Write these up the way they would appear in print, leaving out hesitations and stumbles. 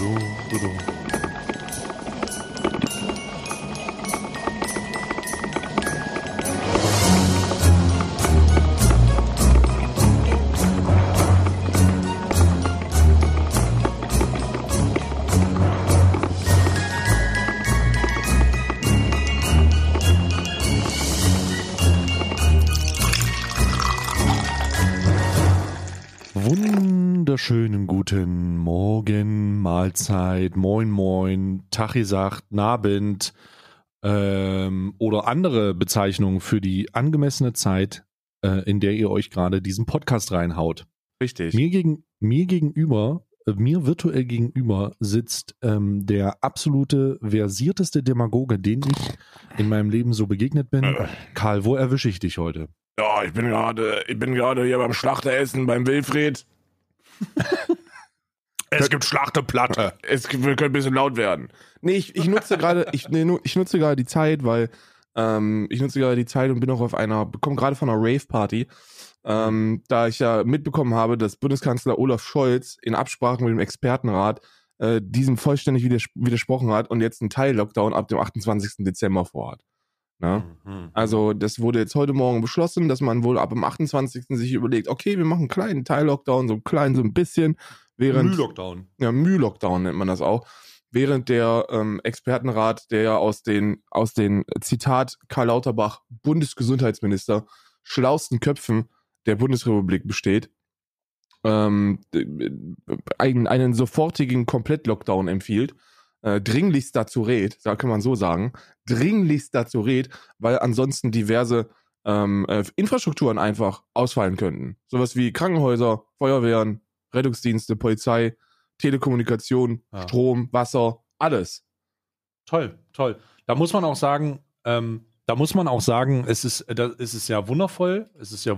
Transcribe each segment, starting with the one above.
Wunderschönen guten Morgen, Mahlzeit, Moin Moin, Tag gesagt, Nabend oder andere Bezeichnungen für die angemessene Zeit, in der ihr euch gerade diesen Podcast reinhaut. Richtig. Mir virtuell gegenüber sitzt der absolute versierteste Demagoge, den ich in meinem Leben so begegnet bin. Karl, wo erwische ich dich heute? Ja, ich bin gerade hier beim Schlachteressen beim Wilfried. Es gibt Schlachteplatte. Wir können ein bisschen laut werden. Nee, ich nutze gerade die Zeit, weil und bin auch bekomme gerade von einer Rave-Party, da ich ja mitbekommen habe, dass Bundeskanzler Olaf Scholz in Absprache mit dem Expertenrat diesem vollständig widersprochen hat und jetzt einen Teil-Lockdown ab dem 28. Dezember vorhat. Ne? Also das wurde jetzt heute Morgen beschlossen, dass man wohl ab dem 28. sich überlegt, okay, wir machen einen kleinen Teil-Lockdown, so ein bisschen. Müh-Lockdown. Ja, Müh-Lockdown nennt man das auch. Während der Expertenrat, der ja aus den Zitat Karl Lauterbach, Bundesgesundheitsminister, schlausten Köpfen der Bundesrepublik besteht, einen sofortigen Komplett-Lockdown empfiehlt, dringlichst dazu rät, da kann man so sagen, weil ansonsten diverse Infrastrukturen einfach ausfallen könnten. Sowas wie Krankenhäuser, Feuerwehren, Rettungsdienste, Polizei, Telekommunikation, Strom, Wasser, alles. Toll. Da muss man auch sagen, es ist ja wundervoll,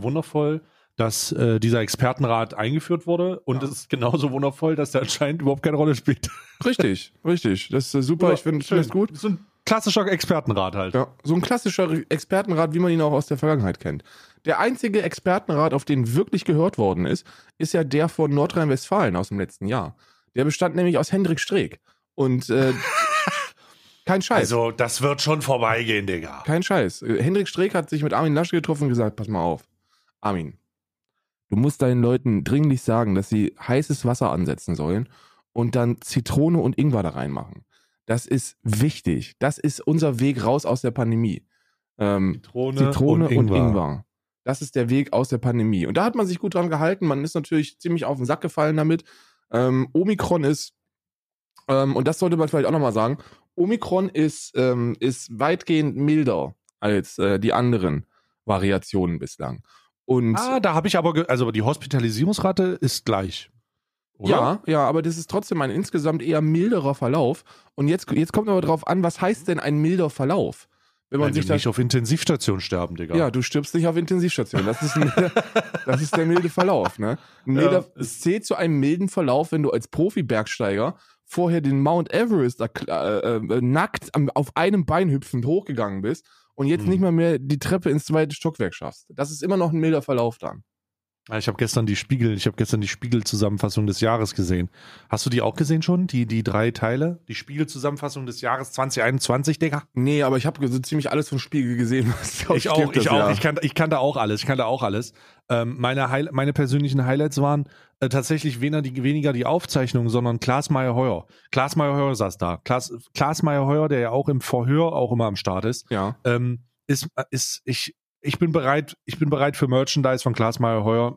dass dieser Expertenrat eingeführt wurde und es ist genauso wundervoll, dass der anscheinend überhaupt keine Rolle spielt. Richtig. Das ist super, ich finde das gut. So ein klassischer Expertenrat halt. Ja, so ein klassischer Expertenrat, wie man ihn auch aus der Vergangenheit kennt. Der einzige Expertenrat, auf den wirklich gehört worden ist ja der von Nordrhein-Westfalen aus dem letzten Jahr. Der bestand nämlich aus Hendrik Streeck. Und kein Scheiß. Also, das wird schon vorbeigehen, Digga. Kein Scheiß. Hendrik Streeck hat sich mit Armin Laschet getroffen und gesagt, pass mal auf, Armin, du musst deinen Leuten dringlich sagen, dass sie heißes Wasser ansetzen sollen und dann Zitrone und Ingwer da reinmachen. Das ist wichtig. Das ist unser Weg raus aus der Pandemie. Zitrone und Ingwer. Das ist der Weg aus der Pandemie. Und da hat man sich gut dran gehalten. Man ist natürlich ziemlich auf den Sack gefallen damit. Omikron ist, und das sollte man vielleicht auch nochmal sagen, Omikron ist weitgehend milder als die anderen Variationen bislang. Und da habe ich aber die Hospitalisierungsrate ist gleich. Oder? Ja, aber das ist trotzdem ein insgesamt eher milderer Verlauf. Und jetzt kommt aber drauf an, was heißt denn ein milder Verlauf? Wenn man sich nicht auf Intensivstation sterben, Digga. Ja, du stirbst nicht auf Intensivstation. Das ist der milde Verlauf, ne? Es zählt zu einem milden Verlauf, wenn du als Profi-Bergsteiger vorher den Mount Everest nackt auf einem Bein hüpfend hochgegangen bist und jetzt nicht mal mehr die Treppe ins zweite Stockwerk schaffst. Das ist immer noch ein milder Verlauf dann. Ich habe gestern die Spiegel-Zusammenfassung des Jahres gesehen. Hast du die auch gesehen schon? Die 3 Teile? Die Spiegel-Zusammenfassung des Jahres 2021, Digga? Nee, aber ich habe so ziemlich alles vom Spiegel gesehen. Ich auch. Ich kannte auch alles. Meine persönlichen Highlights waren tatsächlich weniger die Aufzeichnung, sondern Klaas Meyer-Heuer. Klaas Meyer-Heuer saß da. Klaas Meyer-Heuer, der ja auch im Verhör auch immer am Start ist. Ja. Ich bin bereit für Merchandise von Klaas Meyer-Heuer,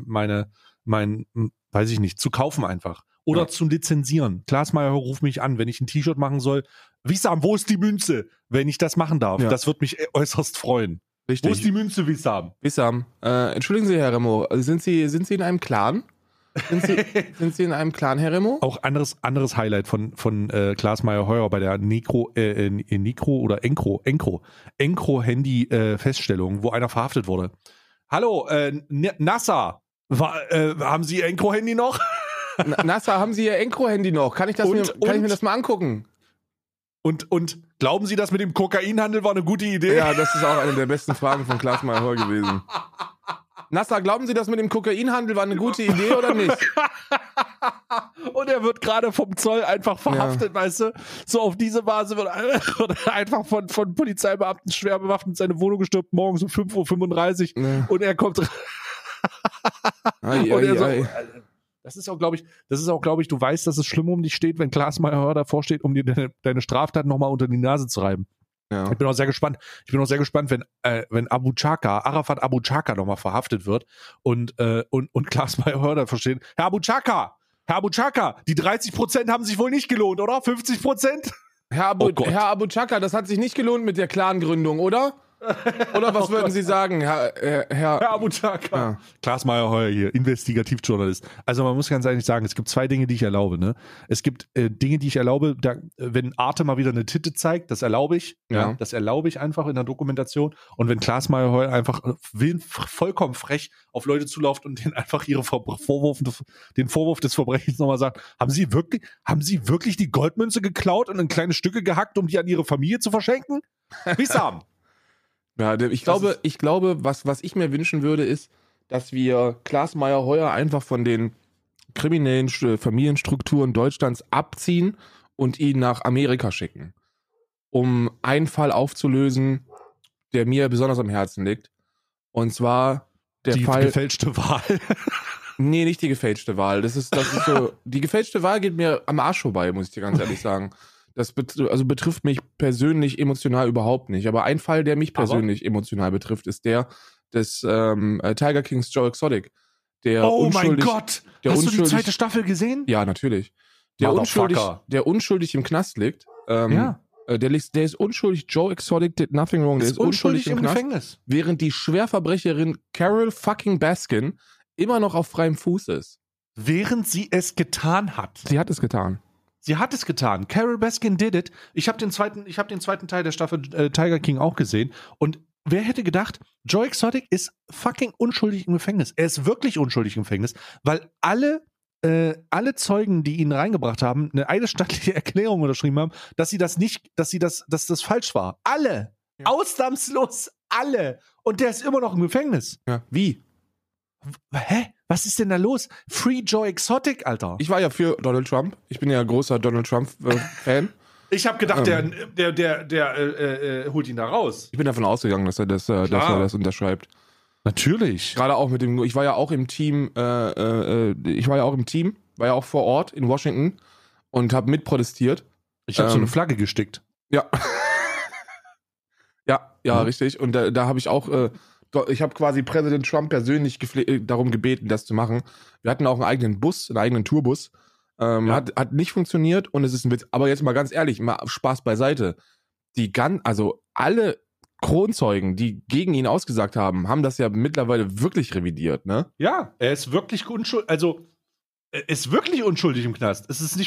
weiß ich nicht, zu kaufen einfach. Oder zu lizenzieren. Klaas Meyer-Heuer ruft mich an, wenn ich ein T-Shirt machen soll. Wissam, wo ist die Münze? Wenn ich das machen darf, das wird mich äußerst freuen. Richtig. Wo ist die Münze, Wissam? Wissam, entschuldigen Sie, Herr Remo, sind Sie in einem Clan? Sind Sie in einem Clan, Herr Remo? Auch anderes Highlight von Klaas Meyer-Heuer bei der Encro-Handy-Feststellung, wo einer verhaftet wurde. Hallo, NASA, haben Sie Ihr Encro-Handy noch? NASA, haben Sie Ihr Encro-Handy noch? Kann ich mir das mal angucken? Und glauben Sie, das mit dem Kokainhandel war eine gute Idee? Ja, das ist auch eine der besten Fragen von Klaas Meyer-Heuer gewesen. NASA, glauben Sie, das mit dem Kokainhandel war eine gute Idee oder nicht? Und er wird gerade vom Zoll einfach verhaftet, weißt du? So auf diese Basis wird er einfach von Polizeibeamten schwer bewaffnet seine Wohnung gestürmt, morgens um 5:35 Uhr. Und er kommt Das ist auch, glaube ich, du weißt, dass es schlimm um dich steht, wenn Klaas Meyer davor steht, um dir deine Straftat nochmal unter die Nase zu reiben. Ja. Ich bin auch sehr gespannt, wenn Arafat Abu Chaka nochmal verhaftet wird und Klaas Meyer davor steht, Herr Abu Chaka, die 30% haben sich wohl nicht gelohnt, oder? 50%? Herr Abu Chaka, das hat sich nicht gelohnt mit der Clan-Gründung, oder? Oder was würden Sie sagen, Herr Abu Chaka? Ja. Klaas Meyer hier, Investigativjournalist. Also man muss ganz ehrlich sagen, es gibt zwei Dinge, die ich erlaube. Ne? Es gibt Dinge, die ich erlaube, wenn Arte mal wieder eine Titte zeigt, das erlaube ich. Ja. Das erlaube ich einfach in der Dokumentation. Und wenn Klaas Meyer einfach vollkommen frech auf Leute zulauft und denen einfach den Vorwurf des Verbrechens nochmal sagt, haben Sie wirklich die Goldmünze geklaut und in kleine Stücke gehackt, um die an Ihre Familie zu verschenken? Wissam. Ja, ich glaube, was ich mir wünschen würde, ist, dass wir Klaas Meyer Heuer einfach von den kriminellen Familienstrukturen Deutschlands abziehen und ihn nach Amerika schicken, um einen Fall aufzulösen, der mir besonders am Herzen liegt. Und zwar der Fall... Die gefälschte Wahl. Nee, nicht die gefälschte Wahl. Das ist so... Die gefälschte Wahl geht mir am Arsch vorbei, muss ich dir ganz ehrlich sagen. Das betrifft mich persönlich emotional überhaupt nicht. Aber ein Fall, der mich persönlich emotional betrifft, ist der des Tiger Kings Joe Exotic. Mein Gott! Hast du die zweite Staffel gesehen? Ja, natürlich. Der unschuldig im Knast liegt. Der ist unschuldig. Joe Exotic did nothing wrong. Der ist unschuldig im Gefängnis. Während die Schwerverbrecherin Carol fucking Baskin immer noch auf freiem Fuß ist. Während sie es getan hat. Sie hat es getan. Carol Baskin did it. Ich habe den zweiten Teil der Staffel Tiger King auch gesehen. Und wer hätte gedacht, Joe Exotic ist fucking unschuldig im Gefängnis. Er ist wirklich unschuldig im Gefängnis, weil alle Zeugen, die ihn reingebracht haben, eine eidesstattliche Erklärung unterschrieben haben, dass das falsch war. Alle. Ja. Ausnahmslos alle. Und der ist immer noch im Gefängnis. Ja. Wie? Hä? Was ist denn da los? Free Joe Exotic, Alter. Ich war ja für Donald Trump. Ich bin ja großer Donald Trump-Fan. Ich habe gedacht, der holt ihn da raus. Ich bin davon ausgegangen, dass er das unterschreibt. Natürlich. Gerade auch ich war ja auch im Team, war ja auch vor Ort in Washington und habe mitprotestiert. Ich habe so eine Flagge gestickt. Ja. ja, richtig. Und da habe ich auch... Ich habe quasi Präsident Trump persönlich darum gebeten, das zu machen. Wir hatten auch einen eigenen Tourbus. Hat nicht funktioniert und es ist ein Witz. Aber jetzt mal ganz ehrlich, mal Spaß beiseite. Alle Kronzeugen, die gegen ihn ausgesagt haben das ja mittlerweile wirklich revidiert, ne? Ja, er ist wirklich unschuldig im Knast.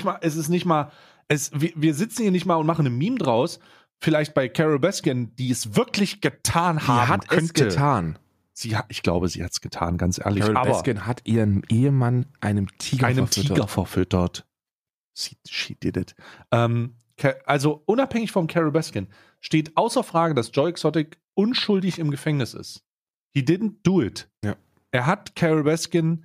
Wir sitzen hier nicht mal und machen ein Meme draus. Vielleicht bei Carol Baskin, die es wirklich getan haben könnte. Es getan. Ich glaube, sie hat es getan, ganz ehrlich. Carol Baskin hat ihren Ehemann einem Tiger verfüttert. She did it. Also unabhängig vom Carol Baskin steht außer Frage, dass Joe Exotic unschuldig im Gefängnis ist. He didn't do it. Ja. Er hat Carol Baskin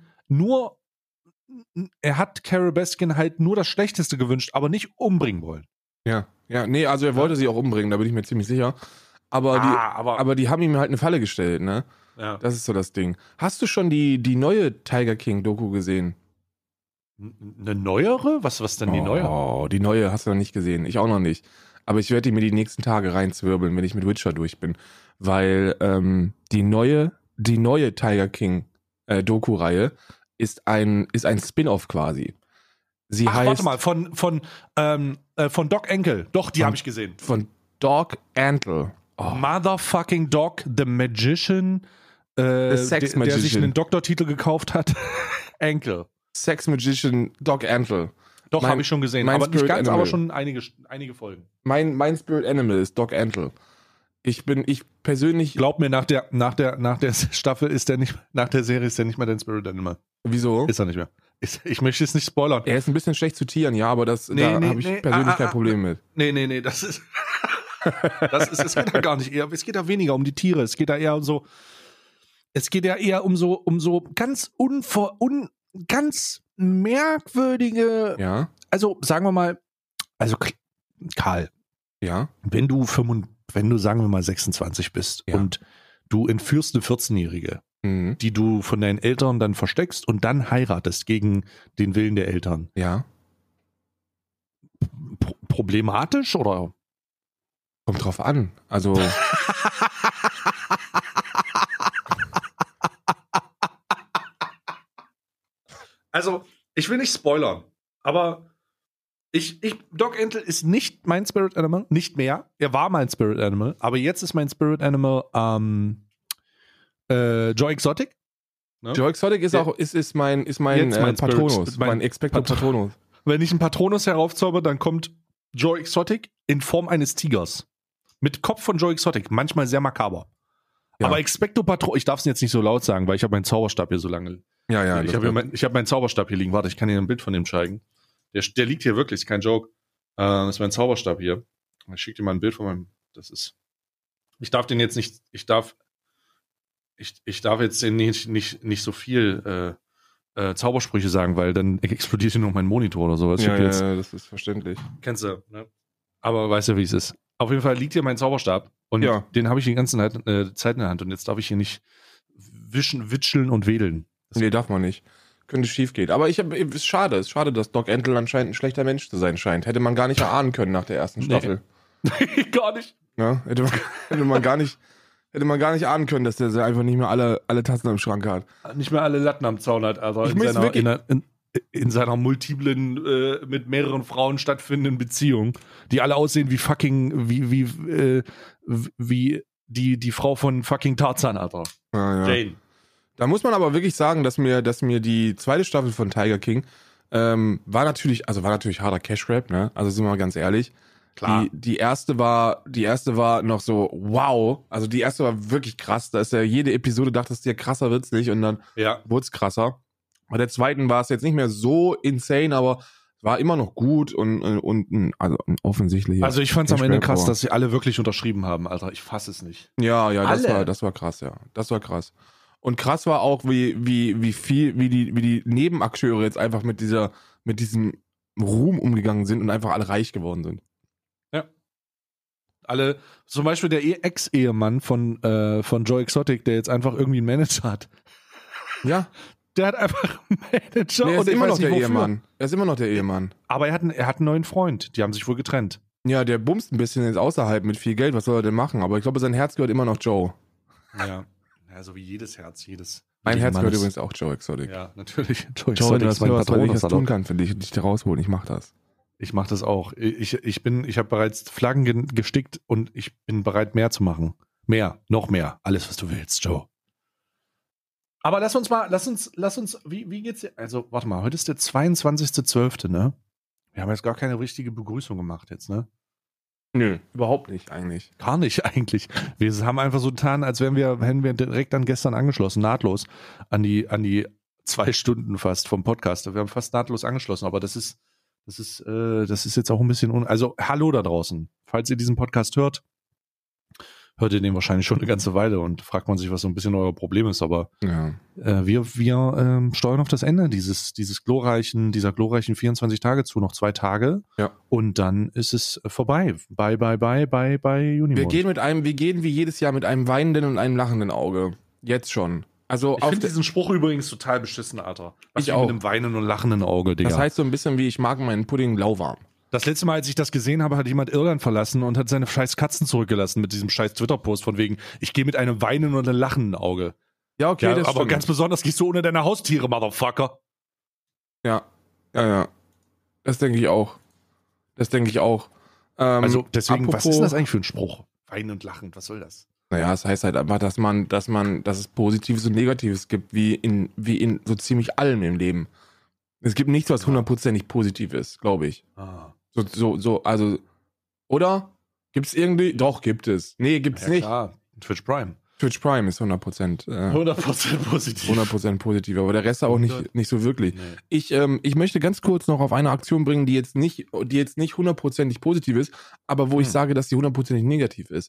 halt nur das Schlechteste gewünscht, aber nicht umbringen wollen. Ja, nee, also er wollte sie auch umbringen, da bin ich mir ziemlich sicher. Aber die haben ihm halt eine Falle gestellt, ne? Ja. Das ist so das Ding. Hast du schon die neue Tiger King Doku gesehen? Eine neuere? Was denn die neue? Oh, die neue hast du noch nicht gesehen. Ich auch noch nicht. Aber ich werde die mir die nächsten Tage reinzwirbeln, wenn ich mit Witcher durch bin. Weil die neue Tiger King Doku-Reihe ist ein Spin-off quasi. Warte mal, von Doc Antle. Doch, die habe ich gesehen. Von Doc Antle. Oh. Motherfucking Doc, the Magician, Sex Magician. Der sich einen Doktortitel gekauft hat. Antle. Sex Magician Doc Antle. Doch, habe ich schon gesehen. Aber nicht ganz, Animal. Aber schon einige Folgen. Mein Spirit Animal ist Doc Antle. Ich persönlich... Glaub mir, nach der Staffel ist der nicht, nach der Serie ist der nicht mehr dein Spirit Animal. Wieso? Ist er nicht mehr. Ich möchte es nicht spoilern. Er ist ein bisschen schlecht zu tieren, ja, aber da habe ich persönlich kein Problem mit. Nee, das ist... es geht da gar nicht eher, es geht da weniger um die Tiere, es geht da eher um so ganz ganz merkwürdige, Ja, also sagen wir mal, also Karl, ja, wenn du sagen wir mal 26 bist Ja. und du entführst eine 14-Jährige, mhm. die du von deinen Eltern dann versteckst und dann heiratest gegen den Willen der Eltern. Ja. Problematisch oder? Kommt drauf an. Also, Also, ich will nicht spoilern, aber Doc Antle ist nicht mein Spirit Animal, nicht mehr. Er war mein Spirit Animal, aber jetzt ist mein Spirit Animal Joe Exotic. Ne? Joe Exotic ist Der- auch ist mein Jetzt mein Patronus, Spirit- mein Expecto Patronus. Wenn ich einen Patronus heraufzauber, dann kommt Joe Exotic in Form eines Tigers. Mit Kopf von Joe Exotic, manchmal sehr makaber. Ja. Aber Expecto Patronus, ich darf es jetzt nicht so laut sagen, weil ich habe meinen Zauberstab hier so lange. Ja, ich habe hab meinen Zauberstab hier liegen. Warte, ich kann hier ein Bild von dem zeigen. Der liegt hier wirklich, ist kein Joke. Das ist mein Zauberstab hier. Ich schicke dir mal ein Bild von meinem. Das ist. Ich darf den jetzt nicht. Ich darf jetzt nicht so viel Zaubersprüche sagen, weil dann explodiert hier noch mein Monitor oder sowas. ja, das ist verständlich. Kennst du, ne? Aber weißt du, wie es ist. Auf jeden Fall liegt hier mein Zauberstab und Ja. den habe ich die ganze Zeit in der Hand und jetzt darf ich hier nicht witscheln und wedeln. Nee, darf man nicht. Könnte schief gehen. Aber ist schade, dass Doc Antle anscheinend ein schlechter Mensch zu sein scheint. Hätte man gar nicht erahnen können nach der ersten Staffel. Gar nicht. Ja, hätte man gar nicht ahnen können, dass der einfach nicht mehr alle Tassen im Schrank hat. Nicht mehr alle Latten am Zaun hat, also Ich muss wirklich- in seiner multiplen, mit mehreren Frauen stattfindenden Beziehung, die alle aussehen wie fucking, wie die Frau von fucking Tarzan, Alter. Ja. Jane. Da muss man aber wirklich sagen, dass mir die zweite Staffel von Tiger King war natürlich harter Cash Grab, ne? Also sind wir mal ganz ehrlich. Klar. Die erste war noch so, wow. Also die erste war wirklich krass. Da ist ja jede Episode dachtest du dir, krasser wird's nicht und dann Ja. wurde es krasser. Bei der zweiten war es jetzt nicht mehr so insane, aber war immer noch gut und ein offensichtlich. Also ich fand es am Ende krass, aber- dass sie alle wirklich unterschrieben haben, Alter. Ich fasse es nicht. Ja, Alle? das war krass, ja. Das war krass. Und krass war auch, wie die Nebenakteure jetzt einfach mit diesem Ruhm umgegangen sind und einfach alle reich geworden sind. Alle, zum Beispiel der Ex-Ehemann von Joe Exotic, der jetzt einfach irgendwie einen Manager hat. Ja, Der hat einfach einen Manager er und ist ich immer weiß noch nicht, der wofür. Ehemann. Er ist immer noch der Ehemann. Aber er hat einen neuen Freund. Die haben sich wohl getrennt. Ja, der bumst ein bisschen jetzt außerhalb mit viel Geld. Was soll er denn machen? Aber ich glaube, sein Herz gehört immer noch Joe. Ja. Ja, so wie jedes Herz, Mein Herz gehört Mannes. übrigens auch Joe Exotic. Ja, natürlich. Joe, wenn du das hörst, weil ich das tun kann für dich und dich da rausholen. Ich mach das. Ich mache das auch. Ich habe bereits Flaggen gestickt und ich bin bereit, mehr zu machen. Mehr, noch mehr. Alles, was du willst, Joe. Aber lass uns, wie geht's dir? Also, warte mal, heute ist der 22.12., ne? Wir haben jetzt gar keine richtige Begrüßung gemacht jetzt, ne? Nö, überhaupt nicht eigentlich. Gar nicht eigentlich. Wir haben einfach so getan, als hätten wir direkt an gestern angeschlossen, nahtlos an die 2 Stunden fast vom Podcast. Wir haben fast nahtlos angeschlossen, aber das ist jetzt auch ein bisschen also hallo da draußen. Falls ihr diesen Podcast hört ihr den wahrscheinlich schon eine ganze Weile und fragt man sich, was so ein bisschen euer Problem ist, aber Ja. wir steuern auf das Ende dieser glorreichen 24 Tage zu, noch 2 Tage. Ja. Und dann ist es vorbei. Bye Unimond. Wir gehen wie jedes Jahr mit einem weinenden und einem lachenden Auge. Jetzt schon. Also Ich finde diesen Spruch übrigens total beschissen, Alter. Was Ich wie auch. mit einem weinenden und lachenden Auge, Digga. das heißt so ein bisschen wie, ich mag meinen Pudding lauwarm. Das letzte Mal, als ich das gesehen habe, hat jemand Irland verlassen und hat seine scheiß Katzen zurückgelassen mit diesem scheiß Twitter-Post von wegen, ich gehe mit einem weinenden und einem lachenden Auge. Ja, okay, Ja, das aber stimmt. ganz besonders gehst du ohne deine Haustiere, Motherfucker. Ja. Das denke ich auch. Also deswegen, was apropos- ist denn das eigentlich für ein Spruch? Weinen und lachend, was soll das? Naja, es heißt halt einfach, dass es Positives und Negatives gibt, wie in so ziemlich allem im Leben. Es gibt nichts, was 100%ig positiv ist, glaube ich. Also, oder? Gibt's irgendwie? Doch, gibt es. Nee, gibt's nicht. Klar, Twitch Prime. Twitch Prime ist 100%. 100% positiv. 100% positiv, aber der Rest auch nicht so wirklich. Nee. Ich möchte ganz kurz noch auf eine Aktion bringen, die jetzt nicht 100%ig positiv ist, aber wo ich sage, dass die 100%ig negativ ist.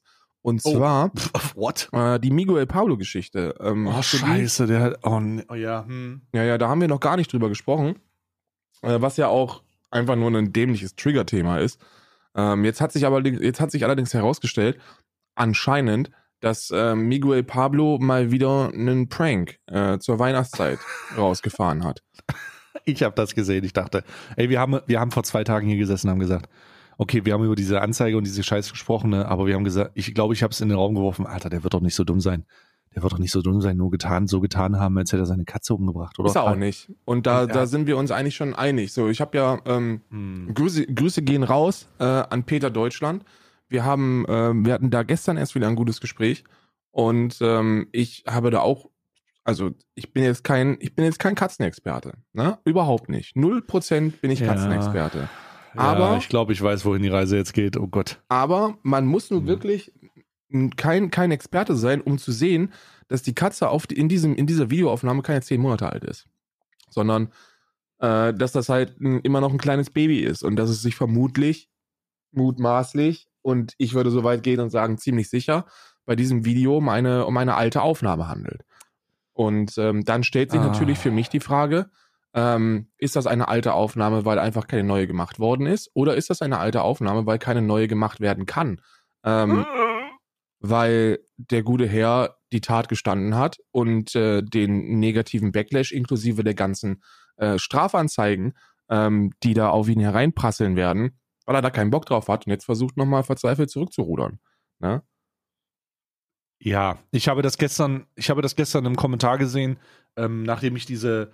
Und zwar What? die Miguel Pablo-Geschichte. Hast du die? Scheiße, der hat. Oh ja. Ja, da haben wir noch gar nicht drüber gesprochen. Was ja auch einfach nur ein dämliches Trigger-Thema ist. Jetzt hat sich allerdings herausgestellt, anscheinend, dass Miguel Pablo mal wieder einen Prank zur Weihnachtszeit rausgefahren hat. Ich habe das gesehen. Ich dachte, ey, wir haben vor 2 Tagen hier gesessen und haben gesagt, okay, wir haben über diese Anzeige und diese Scheiße gesprochen, ne? Aber wir haben gesagt, ich glaube, ich habe es in den Raum geworfen, Alter, der wird doch nicht so dumm sein. Nur so getan haben, als hätte er seine Katze umgebracht, oder? Ist er auch nicht. Und da sind wir uns eigentlich schon einig. So, ich habe ja Grüße gehen raus an Peter Deutschland. Wir hatten da gestern erst wieder ein gutes Gespräch und ich habe da auch, also ich bin jetzt kein Katzenexperte, ne? Überhaupt nicht. 0% bin ich Katzenexperte. Aber ich glaube, ich weiß, wohin die Reise jetzt geht. Oh Gott. Aber man muss nun wirklich kein Experte sein, um zu sehen, dass die Katze in dieser Videoaufnahme keine 10 Monate alt ist. Sondern, dass das halt immer noch ein kleines Baby ist und dass es sich mutmaßlich, und ich würde so weit gehen und sagen, ziemlich sicher, bei diesem Video um eine alte Aufnahme handelt. Und dann stellt sich natürlich für mich die Frage, ist das eine alte Aufnahme, weil einfach keine neue gemacht worden ist? Oder ist das eine alte Aufnahme, weil keine neue gemacht werden kann? Weil der gute Herr die Tat gestanden hat und den negativen Backlash inklusive der ganzen Strafanzeigen, die da auf ihn hereinprasseln werden, weil er da keinen Bock drauf hat und jetzt versucht nochmal verzweifelt zurückzurudern. Ne? Ja, ich habe das gestern im Kommentar gesehen, nachdem ich die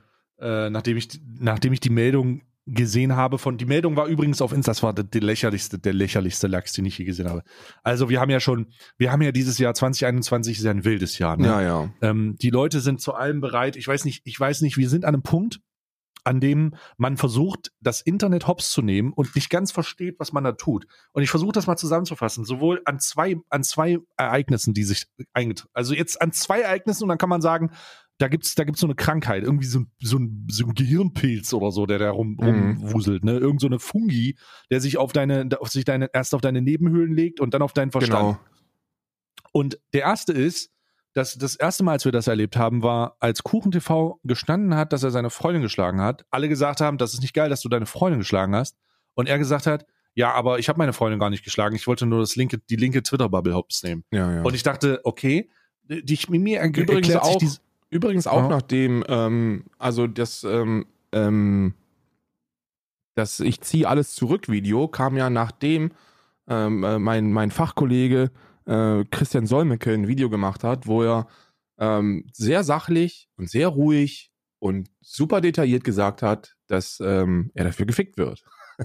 Meldung gesehen habe die Meldung war übrigens auf Insta, das war der lächerlichste Lachs, den ich je gesehen habe. Also wir haben ja dieses Jahr 2021 ist ja ein wildes Jahr. Ne? Ja. Die Leute sind zu allem bereit. Ich weiß nicht, wir sind an einem Punkt, an dem man versucht, das Internet hops zu nehmen und nicht ganz versteht, was man da tut. Und ich versuche das mal zusammenzufassen, sowohl an zwei Ereignissen, die sich also jetzt an 2 Ereignissen, und dann kann man sagen, da gibt's so eine Krankheit, irgendwie so ein Gehirnpilz oder so, der da rumwuselt, ne? Irgend so eine Fungi, der sich erst auf deine Nebenhöhlen legt und dann auf deinen Verstand. Genau. Und der erste ist, dass das erste Mal, als wir das erlebt haben, war, als KuchenTV gestanden hat, dass er seine Freundin geschlagen hat. Alle gesagt haben, das ist nicht geil, dass du deine Freundin geschlagen hast. Und er gesagt hat, ja, aber ich habe meine Freundin gar nicht geschlagen. Ich wollte nur die linke Twitter-Bubble hops nehmen. Ja. Und ich dachte, okay, Übrigens auch nachdem, das Ich ziehe alles zurück Video kam ja nachdem mein Fachkollege Christian Solmecke ein Video gemacht hat, wo er sehr sachlich und sehr ruhig und super detailliert gesagt hat, dass er dafür gefickt wird.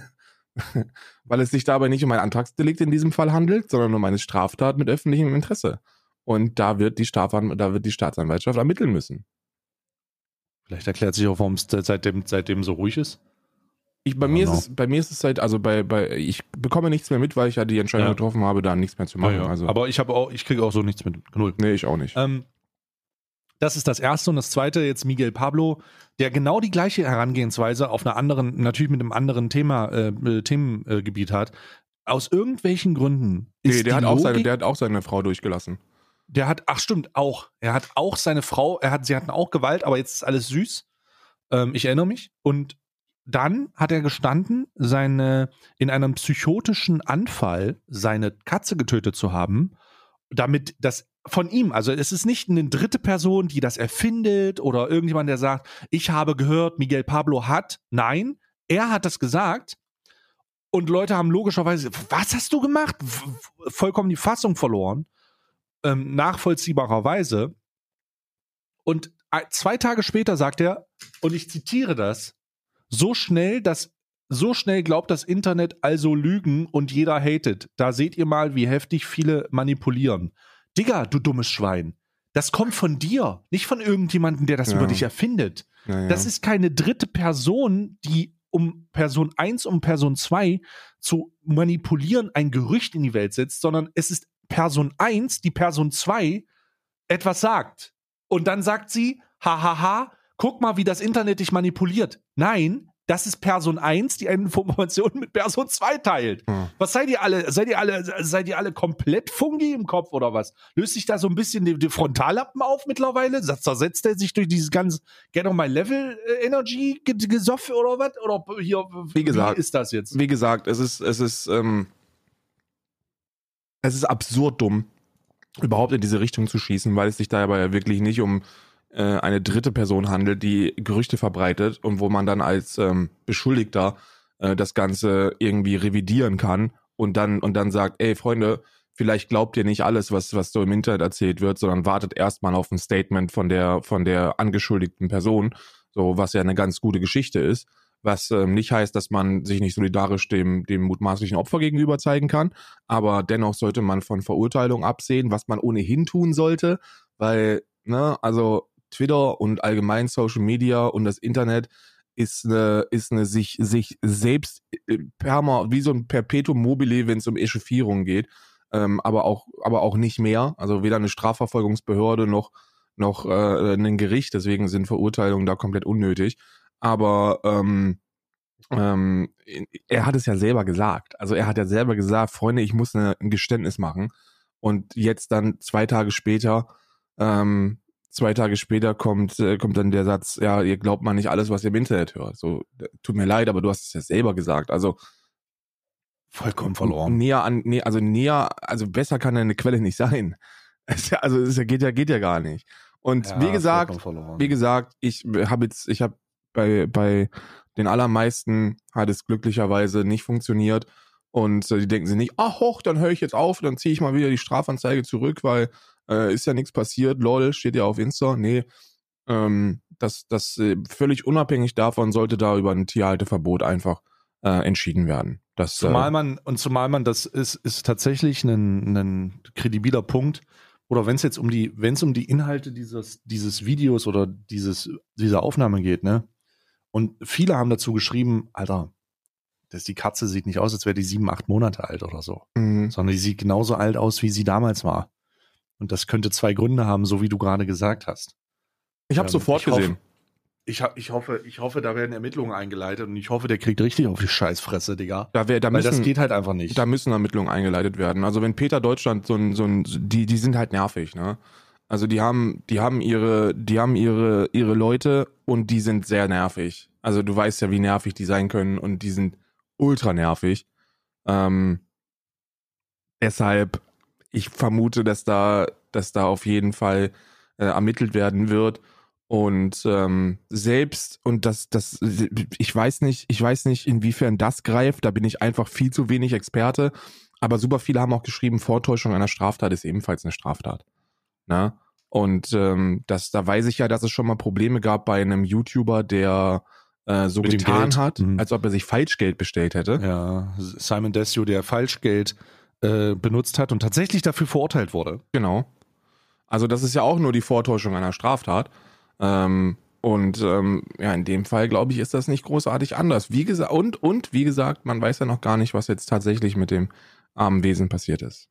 Weil es sich dabei nicht um ein Antragsdelikt in diesem Fall handelt, sondern um eine Straftat mit öffentlichem Interesse. Und da wird die Staatsanwaltschaft ermitteln müssen. Vielleicht erklärt sich auch, warum es seitdem so ruhig ist. Bei mir ist es halt, also ich bekomme nichts mehr mit, weil ich ja die Entscheidung getroffen habe, da nichts mehr zu machen. Ja. Also. Aber ich kriege auch so nichts mit. 0. Nee, ich auch nicht. Das ist das Erste. Und das Zweite, jetzt Miguel Pablo, der genau die gleiche Herangehensweise auf einer anderen, natürlich mit einem anderen Themengebiet hat. Aus irgendwelchen Gründen ist der hat auch seine Frau durchgelassen. Er hat auch seine Frau, sie hatten auch Gewalt, aber jetzt ist alles süß. Ich erinnere mich. Und dann hat er gestanden, in einem psychotischen Anfall seine Katze getötet zu haben, damit das von ihm, also es ist nicht eine dritte Person, die das erfindet oder irgendjemand, der sagt, ich habe gehört, Miguel Pablo hat. Nein, er hat das gesagt und Leute haben logischerweise, was hast du gemacht? Vollkommen die Fassung verloren. Nachvollziehbarerweise. Und 2 Tage später sagt er, und ich zitiere das, so schnell glaubt das Internet also Lügen und jeder hatet. Da seht ihr mal, wie heftig viele manipulieren. Digga, du dummes Schwein. Das kommt von dir, nicht von irgendjemandem, der das über dich erfindet. Ja. Das ist keine dritte Person, die um Person 1, um Person 2 zu manipulieren, ein Gerücht in die Welt setzt, sondern es ist Person 1, die Person 2 etwas sagt. Und dann sagt sie, hahaha, guck mal, wie das Internet dich manipuliert. Nein, das ist Person 1, die eine Information mit Person 2 teilt. Was seid ihr alle? Seid ihr alle komplett Fungi im Kopf oder was? Löst sich da so ein bisschen die Frontallappen auf mittlerweile? Zersetzt er sich durch dieses ganze Get on my Level Energy Gesoffe oder was? Oder hier, wie ist das jetzt? Wie gesagt, es ist absurd dumm, überhaupt in diese Richtung zu schießen, weil es sich dabei ja wirklich nicht um eine dritte Person handelt, die Gerüchte verbreitet und wo man dann als Beschuldigter das Ganze irgendwie revidieren kann und dann sagt, ey Freunde, vielleicht glaubt ihr nicht alles, was so im Internet erzählt wird, sondern wartet erstmal auf ein Statement von der angeschuldigten Person, so was ja eine ganz gute Geschichte ist, was nicht heißt, dass man sich nicht solidarisch dem mutmaßlichen Opfer gegenüber zeigen kann, aber dennoch sollte man von Verurteilung absehen, was man ohnehin tun sollte, weil, also Twitter und allgemein Social Media und das Internet ist eine sich selbst wie so ein Perpetuum mobile, wenn es um Echauffierung geht, aber auch nicht mehr. Also weder eine Strafverfolgungsbehörde noch ein Gericht. Deswegen sind Verurteilungen da komplett unnötig. Aber er hat es ja selber gesagt. Also er hat ja selber gesagt, Freunde, ich muss ein Geständnis machen. Und jetzt dann 2 Tage später kommt dann der Satz, ja, ihr glaubt mal nicht alles, was ihr im Internet hört. So, tut mir leid, aber du hast es ja selber gesagt. Also vollkommen verloren. Also besser kann eine Quelle nicht sein. Also es geht ja gar nicht. Und Ja, wie gesagt, ich habe bei den allermeisten hat es glücklicherweise nicht funktioniert. Und die denken sich nicht, ach hoch, dann höre ich jetzt auf, dann ziehe ich mal wieder die Strafanzeige zurück, weil ist ja nichts passiert, lol, steht ja auf Insta. Nee, das völlig unabhängig davon sollte da über ein Tierhalteverbot einfach entschieden werden. Zumal man, das ist tatsächlich ein kredibiler Punkt. Oder wenn es um die Inhalte dieses Videos oder dieser Aufnahme geht, ne? Und viele haben dazu geschrieben, Alter, die Katze sieht nicht aus, als wäre die 7, 8 Monate alt oder so. Sondern die sieht genauso alt aus, wie sie damals war. Und das könnte 2 Gründe haben, so wie du gerade gesagt hast. Ich habe sofort gesehen. Ich hoffe, da werden Ermittlungen eingeleitet und ich hoffe, der kriegt richtig auf die Scheißfresse, Digga. Weil das geht halt einfach nicht. Da müssen Ermittlungen eingeleitet werden. Also wenn Peter Deutschland die sind halt nervig, ne? Also die haben ihre Leute und die sind sehr nervig. Also du weißt ja, wie nervig die sein können und die sind ultra nervig. Deshalb, ich vermute, dass da auf jeden Fall ermittelt werden wird. Und ich weiß nicht, inwiefern das greift, da bin ich einfach viel zu wenig Experte, aber super viele haben auch geschrieben, Vortäuschung einer Straftat ist ebenfalls eine Straftat. Na? Und da weiß ich ja, dass es schon mal Probleme gab bei einem YouTuber, der so getan hat, als ob er sich Falschgeld bestellt hätte. Ja, Simon Desue, der Falschgeld benutzt hat und tatsächlich dafür verurteilt wurde. Genau. Also das ist ja auch nur die Vortäuschung einer Straftat. In dem Fall, glaube ich, ist das nicht großartig anders. Wie gesagt, man weiß ja noch gar nicht, was jetzt tatsächlich mit dem armen Wesen passiert ist.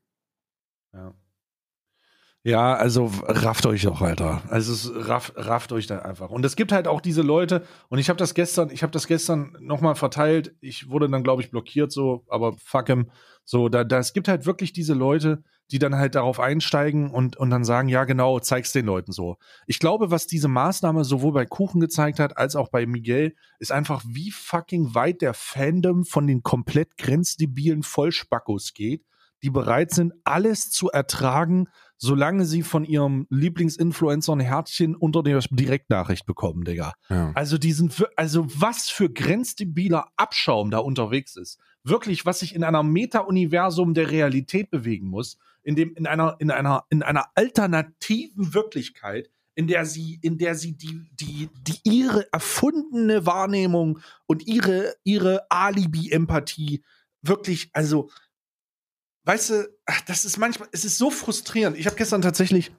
Ja, also rafft euch doch, Alter. Also rafft euch da einfach. Und es gibt halt auch diese Leute, und ich habe das gestern nochmal verteilt. Ich wurde dann, glaube ich, blockiert, so, aber fuck him. So, es gibt halt wirklich diese Leute, die dann halt darauf einsteigen und dann sagen, ja genau, zeig's den Leuten so. Ich glaube, was diese Maßnahme sowohl bei Kuchen gezeigt hat, als auch bei Miguel, ist einfach, wie fucking weit der Fandom von den komplett grenzdebilen Vollspackos geht, die bereit sind, alles zu ertragen, solange sie von ihrem Lieblingsinfluencer ein Herzchen unter der Direktnachricht bekommen, Digga. Ja. Also was für grenzdebiler Abschaum da unterwegs ist. Wirklich, was sich in einer Meta-Universum der Realität bewegen muss, in einer alternativen Wirklichkeit, in der sie die ihre erfundene Wahrnehmung und ihre Alibi-Empathie wirklich, also weißt du, das ist manchmal, es ist so frustrierend. Ich habe gestern tatsächlich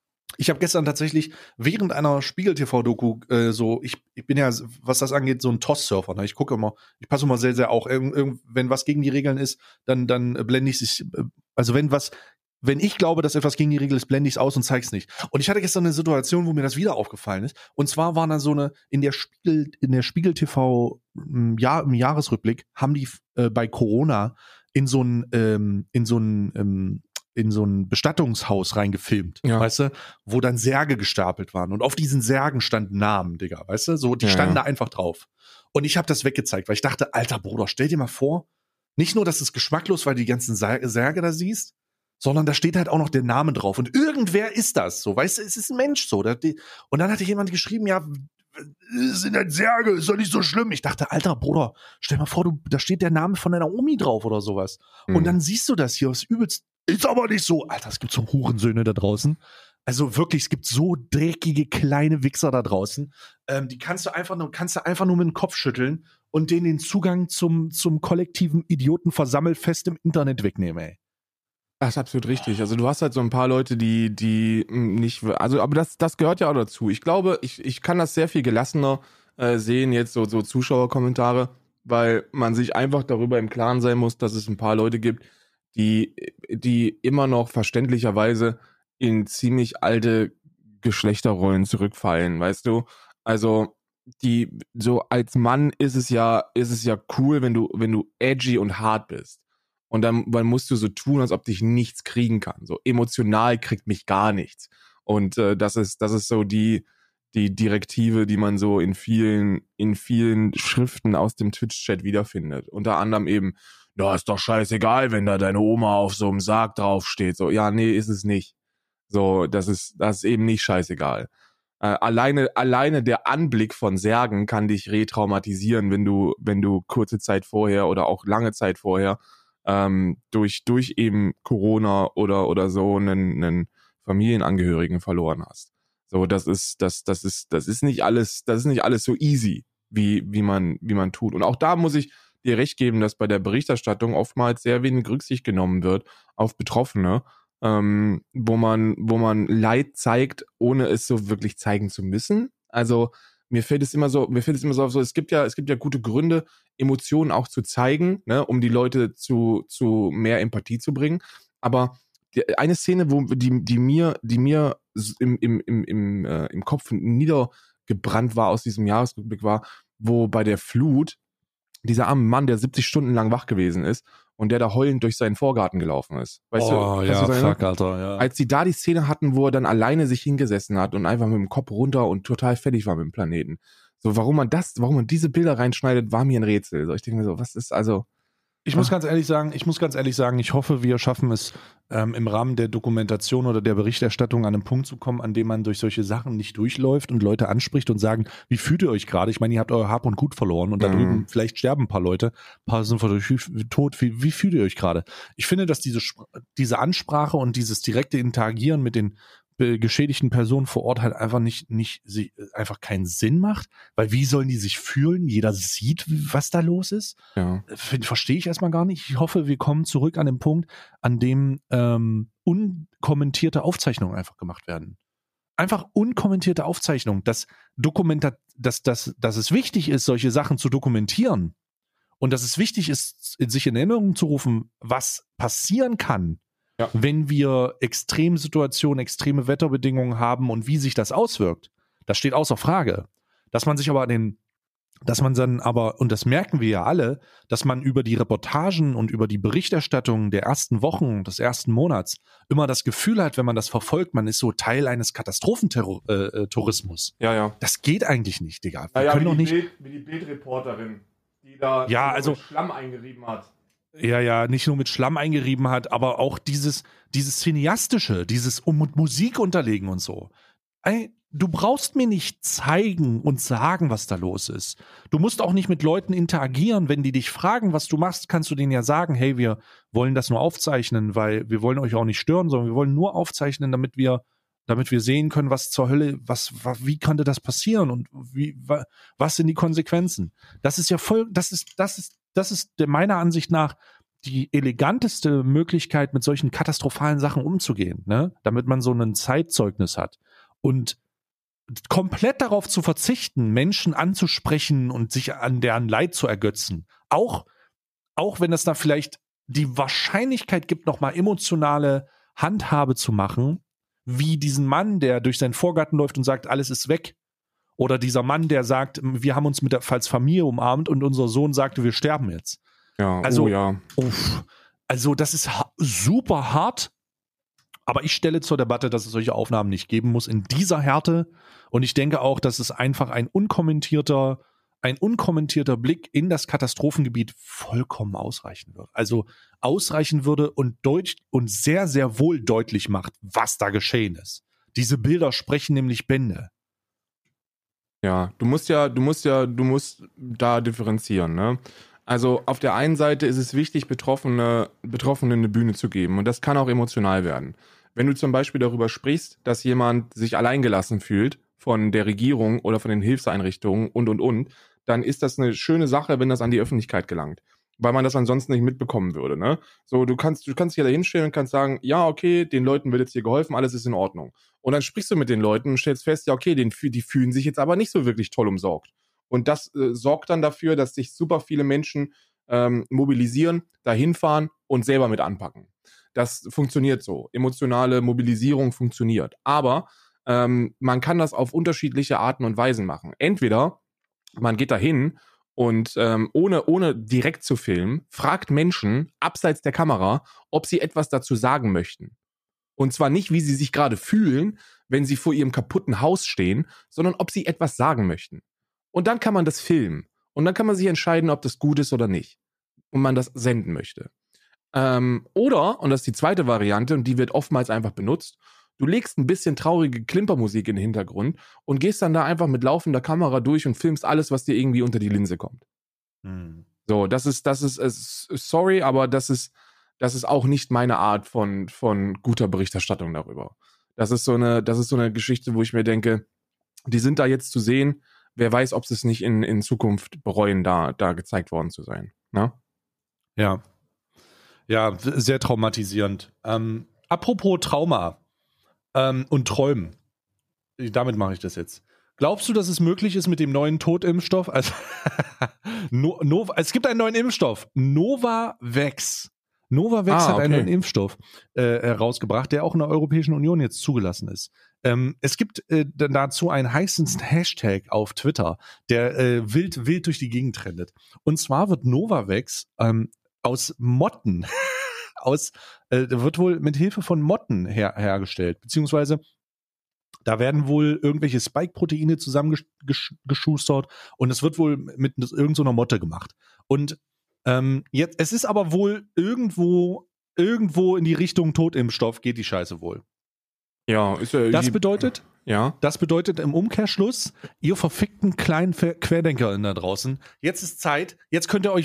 während einer Spiegel-TV-Doku ich bin ja, was das angeht, so ein Toss-Surfer. Ne? Ich passe immer sehr, sehr auch, wenn was gegen die Regeln ist, dann blende ich sich, also wenn was Wenn ich glaube, dass etwas gegen die Regel ist, blende ich es aus und zeige es nicht. Und ich hatte gestern eine Situation, wo mir das wieder aufgefallen ist. Und zwar waren da so eine, in der Spiegel TV, im Jahresrückblick, haben die bei Corona in so ein Bestattungshaus reingefilmt, Ja. weißt du, wo dann Särge gestapelt waren. Und auf diesen Särgen standen Namen, Digga, weißt du, so, die standen da einfach drauf. Und ich habe das weggezeigt, weil ich dachte, alter Bruder, stell dir mal vor, nicht nur, dass es geschmacklos, weil du die ganzen Särge da siehst, sondern da steht halt auch noch der Name drauf. Und irgendwer ist das, so, weißt du, es ist ein Mensch, so. Und dann hatte jemand geschrieben, ja, es sind halt Särge, ist doch nicht so schlimm. Ich dachte, alter Bruder, stell mal vor, da steht der Name von deiner Omi drauf oder sowas. Und dann siehst du das hier, das übelst, ist aber nicht so. Alter, es gibt so Hurensöhne da draußen. Also wirklich, es gibt so dreckige kleine Wichser da draußen. Die kannst du einfach nur mit dem Kopf schütteln und denen den Zugang zum kollektiven Idiotenversammelfest im Internet wegnehmen, ey. Das ist absolut richtig. Also du hast halt so ein paar Leute, die nicht, also aber das gehört ja auch dazu. Ich glaube, ich kann das sehr viel gelassener sehen, jetzt so Zuschauerkommentare, weil man sich einfach darüber im Klaren sein muss, dass es ein paar Leute gibt, die immer noch verständlicherweise in ziemlich alte Geschlechterrollen zurückfallen, weißt du? Also die so als Mann ist es ja cool, wenn du edgy und hart bist. Und dann musst du so tun, als ob dich nichts kriegen kann. So emotional kriegt mich gar nichts. Und das ist so die Direktive, die man so in vielen Schriften aus dem Twitch-Chat wiederfindet. Unter anderem eben, ja, ist doch scheißegal, wenn da deine Oma auf so einem Sarg draufsteht. So, ja, nee, ist es nicht. So, das ist eben nicht scheißegal. Alleine der Anblick von Särgen kann dich retraumatisieren, wenn du kurze Zeit vorher oder auch lange Zeit vorher durch eben Corona oder so einen Familienangehörigen verloren hast. So, das ist nicht alles so easy, wie man tut. Und auch da muss ich dir recht geben, dass bei der Berichterstattung oftmals sehr wenig Rücksicht genommen wird auf Betroffene, wo man Leid zeigt, ohne es so wirklich zeigen zu müssen. Also mir fällt es immer so auf, so es gibt ja gute Gründe, Emotionen auch zu zeigen, ne, um die Leute zu mehr Empathie zu bringen. Aber eine Szene, die mir im Kopf niedergebrannt war aus diesem Jahresrückblick war, wo bei der Flut dieser arme Mann, der 70 Stunden lang wach gewesen ist und der da heulend durch seinen Vorgarten gelaufen ist. Weißt du, ja, fuck, Alter, ja. Als die da die Szene hatten, wo er dann alleine sich hingesessen hat und einfach mit dem Kopf runter und total fertig war mit dem Planeten. So, warum man diese Bilder reinschneidet, war mir ein Rätsel. So, ich denke mir so, was ist also... Ich muss ganz ehrlich sagen, ich hoffe, wir schaffen es, im Rahmen der Dokumentation oder der Berichterstattung an einen Punkt zu kommen, an dem man durch solche Sachen nicht durchläuft und Leute anspricht und sagen, wie fühlt ihr euch gerade? Ich meine, ihr habt euer Hab und Gut verloren und da drüben vielleicht sterben ein paar Leute, ein paar sind vor euch tot. Wie fühlt ihr euch gerade? Ich finde, dass diese Ansprache und dieses direkte Interagieren mit den geschädigten Personen vor Ort halt einfach einfach keinen Sinn macht, weil wie sollen die sich fühlen? Jeder sieht, was da los ist. Ja. Verstehe ich erstmal gar nicht. Ich hoffe, wir kommen zurück an den Punkt, an dem unkommentierte Aufzeichnungen einfach gemacht werden. Einfach unkommentierte Aufzeichnungen, dass es wichtig ist, solche Sachen zu dokumentieren und dass es wichtig ist, sich in Erinnerung zu rufen, was passieren kann, ja, wenn wir Extremsituationen, extreme Wetterbedingungen haben und wie sich das auswirkt. Das steht außer Frage. Dass man dann aber, und das merken wir ja alle, dass man über die Reportagen und über die Berichterstattung der ersten Wochen, des ersten Monats immer das Gefühl hat, wenn man das verfolgt, man ist so Teil eines Katastrophentourismus. Ja. Das geht eigentlich nicht, Digga. Wir ja, können doch nicht. Wie die Bildreporterin, die da mit Schlamm eingerieben hat. Ja, nicht nur mit Schlamm eingerieben hat, aber auch dieses Cineastische, dieses mit Musik unterlegen und so. Ey, du brauchst mir nicht zeigen und sagen, was da los ist. Du musst auch nicht mit Leuten interagieren. Wenn die dich fragen, was du machst, kannst du denen ja sagen, hey, wir wollen das nur aufzeichnen, weil wir wollen euch auch nicht stören, sondern wir wollen nur aufzeichnen, damit wir sehen können, was zur Hölle, wie konnte das passieren und was sind die Konsequenzen? Das ist ja das ist meiner Ansicht nach die eleganteste Möglichkeit, mit solchen katastrophalen Sachen umzugehen, ne? Damit man so ein Zeitzeugnis hat. Und komplett darauf zu verzichten, Menschen anzusprechen und sich an deren Leid zu ergötzen, auch wenn es da vielleicht die Wahrscheinlichkeit gibt, nochmal emotionale Handhabe zu machen, wie diesen Mann, der durch seinen Vorgarten läuft und sagt, alles ist weg. Oder dieser Mann, der sagt, wir haben uns als Familie umarmt und unser Sohn sagte, wir sterben jetzt. Ja, Also, ja. Also das ist super hart, aber ich stelle zur Debatte, dass es solche Aufnahmen nicht geben muss in dieser Härte. Und ich denke auch, dass es einfach ein unkommentierter Blick in das Katastrophengebiet vollkommen ausreichen wird. Also ausreichen würde und sehr, sehr wohl deutlich macht, was da geschehen ist. Diese Bilder sprechen nämlich Bände. Ja, du musst da differenzieren, ne? Also auf der einen Seite ist es wichtig, Betroffenen eine Bühne zu geben und das kann auch emotional werden. Wenn du zum Beispiel darüber sprichst, dass jemand sich alleingelassen fühlt von der Regierung oder von den Hilfseinrichtungen und, dann ist das eine schöne Sache, wenn das an die Öffentlichkeit gelangt, weil man das ansonsten nicht mitbekommen würde, ne? So, du kannst dich ja da hinstellen und kannst sagen, ja, okay, den Leuten wird jetzt hier geholfen, alles ist in Ordnung. Und dann sprichst du mit den Leuten und stellst fest, ja, okay, die fühlen sich jetzt aber nicht so wirklich toll umsorgt. Und das sorgt dann dafür, dass sich super viele Menschen mobilisieren, dahin fahren und selber mit anpacken. Das funktioniert so. Emotionale Mobilisierung funktioniert. Aber man kann das auf unterschiedliche Arten und Weisen machen. Entweder man geht dahin und ohne direkt zu filmen, fragt Menschen abseits der Kamera, ob sie etwas dazu sagen möchten. Und zwar nicht, wie sie sich gerade fühlen, wenn sie vor ihrem kaputten Haus stehen, sondern ob sie etwas sagen möchten. Und dann kann man das filmen. Und dann kann man sich entscheiden, ob das gut ist oder nicht. Und man das senden möchte. Oder, und das ist die zweite Variante, und die wird oftmals einfach benutzt, du legst ein bisschen traurige Klimpermusik in den Hintergrund und gehst dann da einfach mit laufender Kamera durch und filmst alles, was dir irgendwie unter die Linse kommt. So, das ist, sorry, aber das ist auch nicht meine Art von guter Berichterstattung darüber. Das ist so eine Geschichte, wo ich mir denke, die sind da jetzt zu sehen, wer weiß, ob sie es nicht in Zukunft bereuen, da gezeigt worden zu sein. Ne? Ja. Ja, sehr traumatisierend. Apropos Trauma und Träumen. Damit mache ich das jetzt. Glaubst du, dass es möglich ist mit dem neuen Totimpfstoff? Also, es gibt einen neuen Impfstoff. Novavax. Novavax hat einen neuen Impfstoff herausgebracht, der auch in der Europäischen Union jetzt zugelassen ist. Es gibt dazu einen heißen Hashtag auf Twitter, der wild durch die Gegend trendet. Und zwar wird Novavax aus Motten, wird wohl mit Hilfe von Motten hergestellt, beziehungsweise da werden wohl irgendwelche Spike-Proteine zusammengeschustert und es wird wohl mit irgendeiner Motte gemacht. Und jetzt, es ist aber wohl irgendwo in die Richtung Totimpfstoff geht die Scheiße wohl. Ja, ist ja das bedeutet im Umkehrschluss, ihr verfickten kleinen QuerdenkerInnen da draußen, jetzt ist Zeit, ihr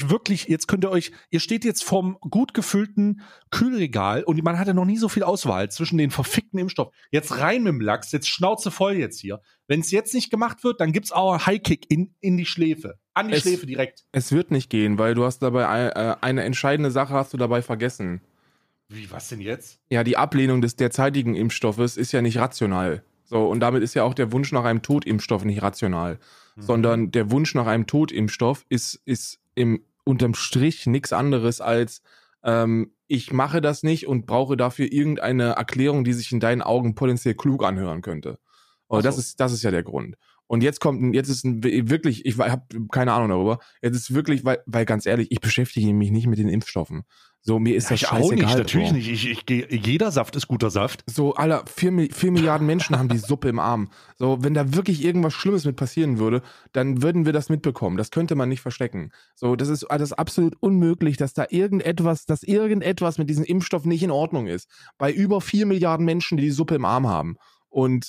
steht jetzt vorm gut gefüllten Kühlregal und man hatte noch nie so viel Auswahl zwischen den verfickten Impfstoff. Jetzt rein mit dem Lachs, jetzt Schnauze voll jetzt hier. Wenn es jetzt nicht gemacht wird, dann gibt's auch einen Highkick in die Schläfe. An die Schläfe direkt. Es wird nicht gehen, weil du hast dabei eine entscheidende Sache hast du dabei vergessen. Wie, was denn jetzt? Ja, die Ablehnung des derzeitigen Impfstoffes ist ja nicht rational. So, und damit ist ja auch der Wunsch nach einem Totimpfstoff nicht rational. Sondern der Wunsch nach einem Totimpfstoff ist unterm Strich nichts anderes als ich mache das nicht und brauche dafür irgendeine Erklärung, die sich in deinen Augen potenziell klug anhören könnte. Und das ist ja der Grund. Und ich habe keine Ahnung darüber. Jetzt ist wirklich, weil ganz ehrlich, ich beschäftige mich nicht mit den Impfstoffen. So, mir ist das scheißegal. Auch nicht, natürlich nicht. Jeder Saft ist guter Saft. So, 4 Milliarden Menschen haben die Suppe im Arm. So, wenn da wirklich irgendwas Schlimmes mit passieren würde, dann würden wir das mitbekommen. Das könnte man nicht verstecken. So, das ist absolut unmöglich, dass irgendetwas mit diesem Impfstoff nicht in Ordnung ist. Bei über 4 Milliarden Menschen, die Suppe im Arm haben. Und,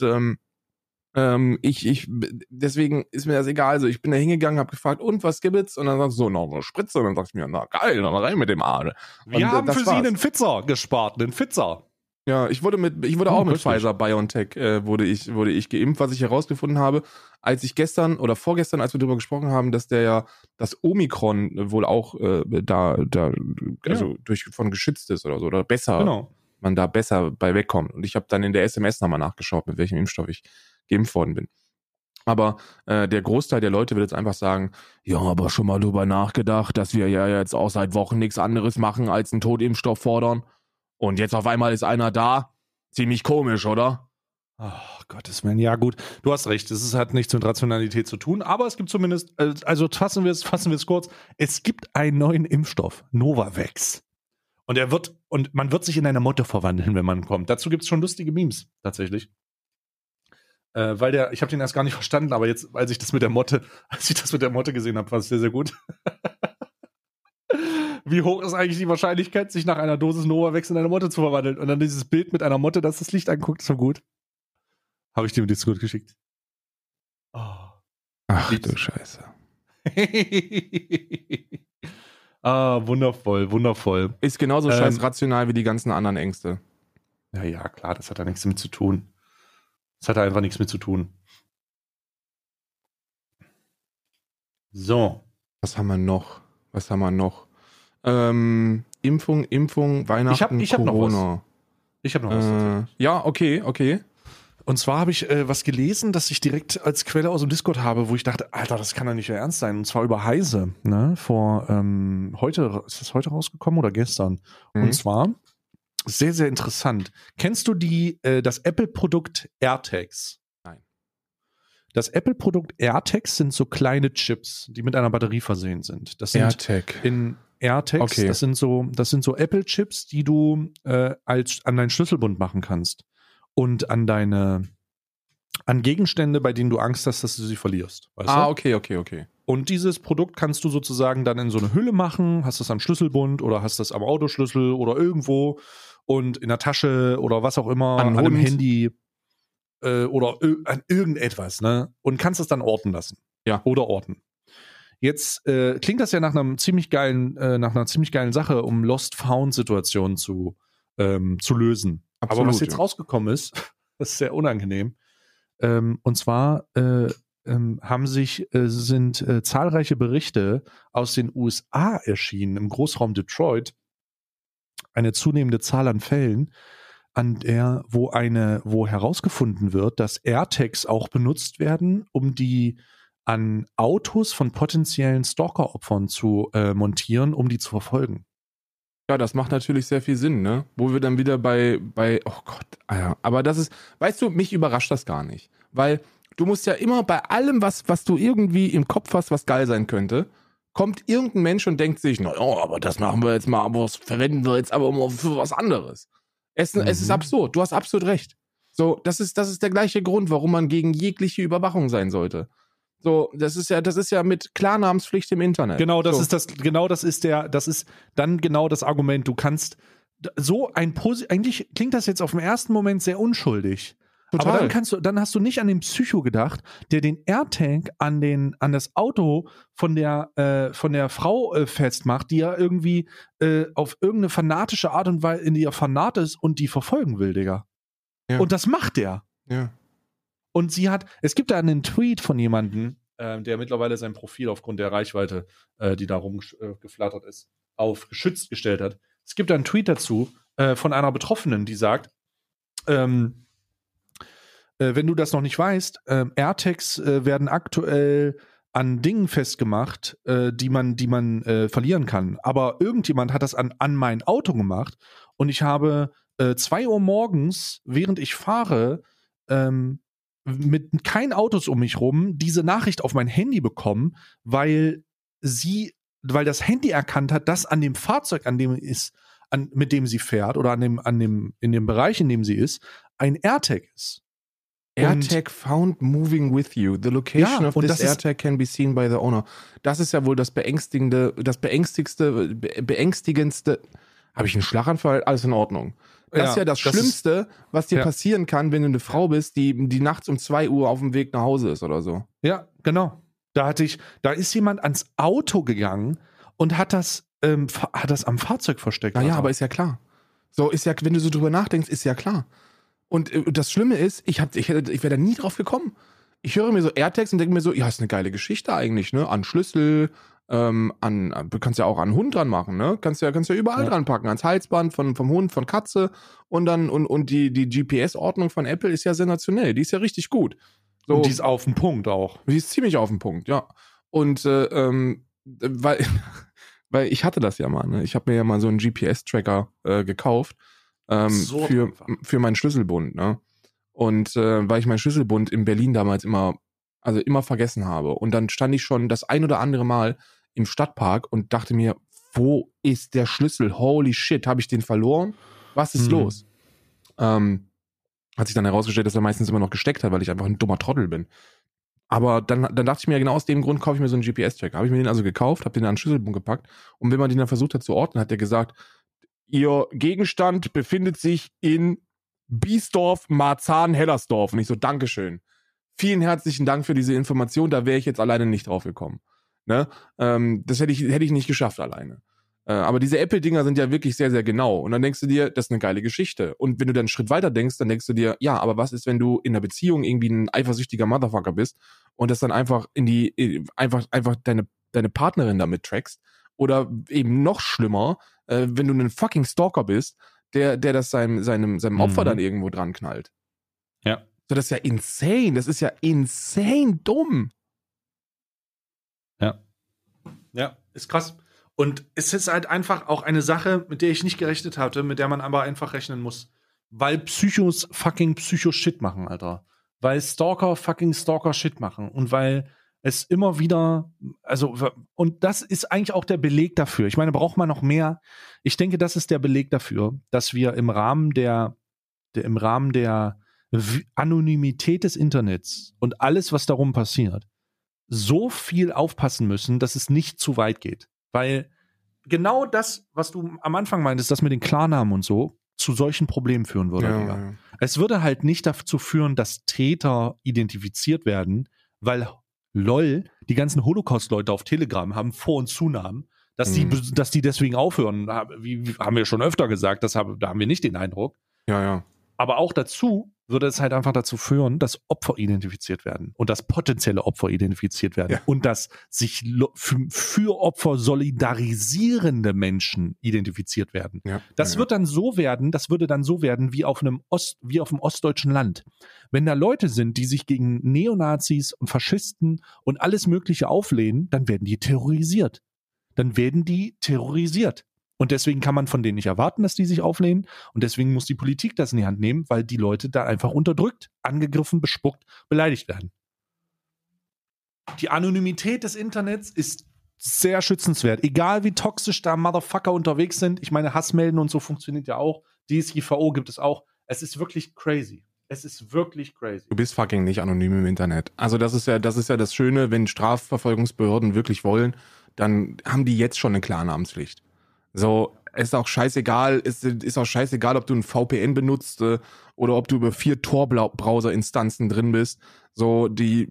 deswegen ist mir das egal. Also ich bin da hingegangen, habe gefragt, und was gibt's? Und dann sagst du so, noch eine Spritze. Und dann sagst du mir, na geil, dann rein mit dem Arsch. Wir haben für Sie einen Pfizer gespart, einen Pfizer. Ja, ich wurde auch mit Pfizer-BioNTech wurde ich geimpft, was ich herausgefunden habe, als ich gestern oder vorgestern, als wir darüber gesprochen haben, dass das Omikron wohl auch von geschützt ist oder so, oder besser, man da besser bei wegkommt. Und ich habe dann in der SMS nochmal nachgeschaut, mit welchem Impfstoff ich geimpft worden bin. Aber der Großteil der Leute wird jetzt einfach sagen, ja, aber schon mal drüber nachgedacht, dass wir ja jetzt auch seit Wochen nichts anderes machen, als einen Totimpfstoff fordern. Und jetzt auf einmal ist einer da. Ziemlich komisch, oder? Ach, Gottes Willen. Ja, gut. Du hast recht. Hat nichts mit Rationalität zu tun. Aber es gibt zumindest, also fassen wir es kurz. Es gibt einen neuen Impfstoff, Novavax. Und man wird sich in eine Motte verwandeln, wenn man kommt. Dazu gibt es schon lustige Memes, tatsächlich. Ich habe den erst gar nicht verstanden, aber jetzt, als ich das mit der Motte gesehen habe, war es sehr, sehr gut. Wie hoch ist eigentlich die Wahrscheinlichkeit, sich nach einer Dosis Novavax in eine Motte zu verwandeln? Und dann dieses Bild mit einer Motte, das Licht anguckt, ist so gut. Habe ich dir im Discord geschickt. Oh. Ach du Scheiße. Wundervoll, wundervoll. Ist genauso scheiß rational wie die ganzen anderen Ängste. Ja, klar, das hat da nichts damit zu tun. Das hat da einfach nichts mit zu tun. So. Was haben wir noch? Impfung, Weihnachten, ich hab Corona. noch was. Ja, okay. Und zwar habe ich was gelesen, das ich direkt als Quelle aus dem Discord habe, wo ich dachte, Alter, das kann doch nicht mehr ernst sein. Und zwar über Heise, ne? Ist das heute rausgekommen oder gestern? Und zwar, sehr, sehr interessant. Kennst du das Apple-Produkt AirTags? Nein. Das Apple-Produkt AirTags sind so kleine Chips, die mit einer Batterie versehen sind. Das sind AirTag. in AirTags, okay. das sind so Apple-Chips, die du an deinen Schlüsselbund machen kannst. Und an Gegenstände, bei denen du Angst hast, dass du sie verlierst. Weißt du? Okay. Und dieses Produkt kannst du sozusagen dann in so eine Hülle machen, hast das am Schlüsselbund oder hast das am Autoschlüssel oder irgendwo und in der Tasche oder was auch immer, an einem Handy oder an irgendetwas, ne? Und kannst es dann orten lassen. Ja. Oder orten. Jetzt klingt das ja nach einer ziemlich geilen Sache, um Lost-Found-Situationen zu lösen. Absolut, aber was jetzt rausgekommen ist, das ist sehr unangenehm. Und zwar sind zahlreiche Berichte aus den USA erschienen, im Großraum Detroit, eine zunehmende Zahl an Fällen, wo herausgefunden wird, dass AirTags auch benutzt werden, um die an Autos von potenziellen Stalker-Opfern zu montieren, um die zu verfolgen. Ja, das macht natürlich sehr viel Sinn, ne? Wo wir dann wieder bei oh Gott, Alter. Aber das ist, weißt du, mich überrascht das gar nicht. Weil du musst ja immer bei allem, was du irgendwie im Kopf hast, was geil sein könnte, kommt irgendein Mensch und denkt sich, aber das machen wir jetzt mal, aber das verwenden wir jetzt aber mal für was anderes. Es ist absurd, du hast absolut recht. So, das ist der gleiche Grund, warum man gegen jegliche Überwachung sein sollte. So, das ist ja mit Klarnamenspflicht im Internet. Das ist dann genau das Argument. Du kannst eigentlich klingt das jetzt auf den ersten Moment sehr unschuldig. Total. Aber dann hast du nicht an den Psycho gedacht, der den AirTag an das Auto von der Frau festmacht, die ja irgendwie auf irgendeine fanatische Art und Weise in ihr Fanat ist und die verfolgen will, Digga. Ja. Und das macht der. Ja. Und es gibt da einen Tweet von jemandem, der mittlerweile sein Profil aufgrund der Reichweite, die da rumgeflattert ist, auf geschützt gestellt hat. Es gibt da einen Tweet dazu von einer Betroffenen, die sagt, wenn du das noch nicht weißt, AirTags werden aktuell an Dingen festgemacht, die man verlieren kann. Aber irgendjemand hat das an mein Auto gemacht und ich habe 2 Uhr morgens, während ich fahre, mit keinen Autos um mich rum diese Nachricht auf mein Handy bekommen, weil das Handy erkannt hat, dass an dem Fahrzeug, mit dem sie fährt oder in dem Bereich, in dem sie ist, ein AirTag ist. AirTag found moving with you. The location of this AirTag can be seen by the owner. Das ist ja wohl das beängstigendste. Habe ich einen Schlaganfall? Alles in Ordnung. Das ist ja das Schlimmste, was dir passieren kann, wenn du eine Frau bist, die nachts um 2 Uhr auf dem Weg nach Hause ist oder so. Ja, genau. Da ist jemand ans Auto gegangen und hat das am Fahrzeug versteckt. Naja, aber ist ja klar. So ist ja, wenn du so drüber nachdenkst, ist ja klar. Und das Schlimme ist, ich wäre da nie drauf gekommen. Ich höre mir so AirTags und denke mir so, ja, ist eine geile Geschichte eigentlich, ne? An Schlüssel, du kannst ja auch an Hund dran machen, ne? Kannst ja überall dran packen, ans Halsband vom Hund, von Katze und dann und die GPS-Ordnung von Apple ist ja sensationell, die ist ja richtig gut. So, und die ist auf den Punkt auch. Die ist ziemlich auf den Punkt, ja. Und weil ich hatte das ja mal, ne? Ich habe mir ja mal so einen GPS-Tracker gekauft Absurd einfach. für meinen Schlüsselbund, ne? Und weil ich meinen Schlüsselbund in Berlin damals immer vergessen habe. Und dann stand ich schon das ein oder andere Mal im Stadtpark und dachte mir, wo ist der Schlüssel? Holy shit, habe ich den verloren? Was ist los? Hat sich dann herausgestellt, dass er meistens immer noch gesteckt hat, weil ich einfach ein dummer Trottel bin. Aber dann dachte ich mir, genau aus dem Grund kaufe ich mir so einen GPS-Tracker. Habe ich mir den also gekauft, habe den an den Schlüsselbund gepackt und wenn man den dann versucht hat zu orten, hat der gesagt, Ihr Gegenstand befindet sich in Biesdorf, Marzahn, Hellersdorf. Und ich so, Dankeschön. Vielen herzlichen Dank für diese Information, da wäre ich jetzt alleine nicht drauf gekommen. Ne? Das hätte ich nicht geschafft alleine. Aber diese Apple-Dinger sind ja wirklich sehr, sehr genau. Und dann denkst du dir, das ist eine geile Geschichte. Und wenn du dann einen Schritt weiter denkst, dann denkst du dir, ja, aber was ist, wenn du in einer Beziehung irgendwie ein eifersüchtiger Motherfucker bist und das dann einfach einfach deine Partnerin damit trackst? Oder eben noch schlimmer, wenn du ein fucking Stalker bist, der das seinem Opfer dann irgendwo dran knallt. Ja. So, das ist ja insane. Das ist ja insane dumm. Ja. Ja, ist krass. Und es ist halt einfach auch eine Sache, mit der ich nicht gerechnet hatte, mit der man aber einfach rechnen muss. Weil Psychos fucking Psycho-Shit machen, Alter. Weil Stalker fucking Stalker-Shit machen. Und weil es immer wieder, und das ist eigentlich auch der Beleg dafür. Ich meine, braucht man noch mehr? Ich denke, das ist der Beleg dafür, dass wir im Rahmen der Anonymität des Internets und alles, was darum passiert, so viel aufpassen müssen, dass es nicht zu weit geht. Weil genau das, was du am Anfang meintest, das mit den Klarnamen und so, zu solchen Problemen führen würde. Ja. Es würde halt nicht dazu führen, dass Täter identifiziert werden, weil die ganzen Holocaust-Leute auf Telegram haben Vor- und Zunamen, dass die deswegen aufhören. Wie haben wir schon öfter gesagt, da haben wir nicht den Eindruck. Ja. Aber auch dazu würde es halt einfach dazu führen, dass Opfer identifiziert werden und dass potenzielle Opfer identifiziert werden und dass sich für Opfer solidarisierende Menschen identifiziert werden. Das würde dann so werden wie auf dem ostdeutschen Land. Wenn da Leute sind, die sich gegen Neonazis und Faschisten und alles Mögliche auflehnen, dann werden die terrorisiert. Und deswegen kann man von denen nicht erwarten, dass die sich auflehnen. Und deswegen muss die Politik das in die Hand nehmen, weil die Leute da einfach unterdrückt, angegriffen, bespuckt, beleidigt werden. Die Anonymität des Internets ist sehr schützenswert. Egal wie toxisch da Motherfucker unterwegs sind. Ich meine, Hassmelden und so funktioniert ja auch. DSGVO gibt es auch. Es ist wirklich crazy. Du bist fucking nicht anonym im Internet. Also das ist ja das Schöne, wenn Strafverfolgungsbehörden wirklich wollen, dann haben die jetzt schon eine Klarnamenspflicht. So, ist auch scheißegal, ob du ein VPN benutzt oder ob du über 4 Tor-Browser-Instanzen drin bist. So, die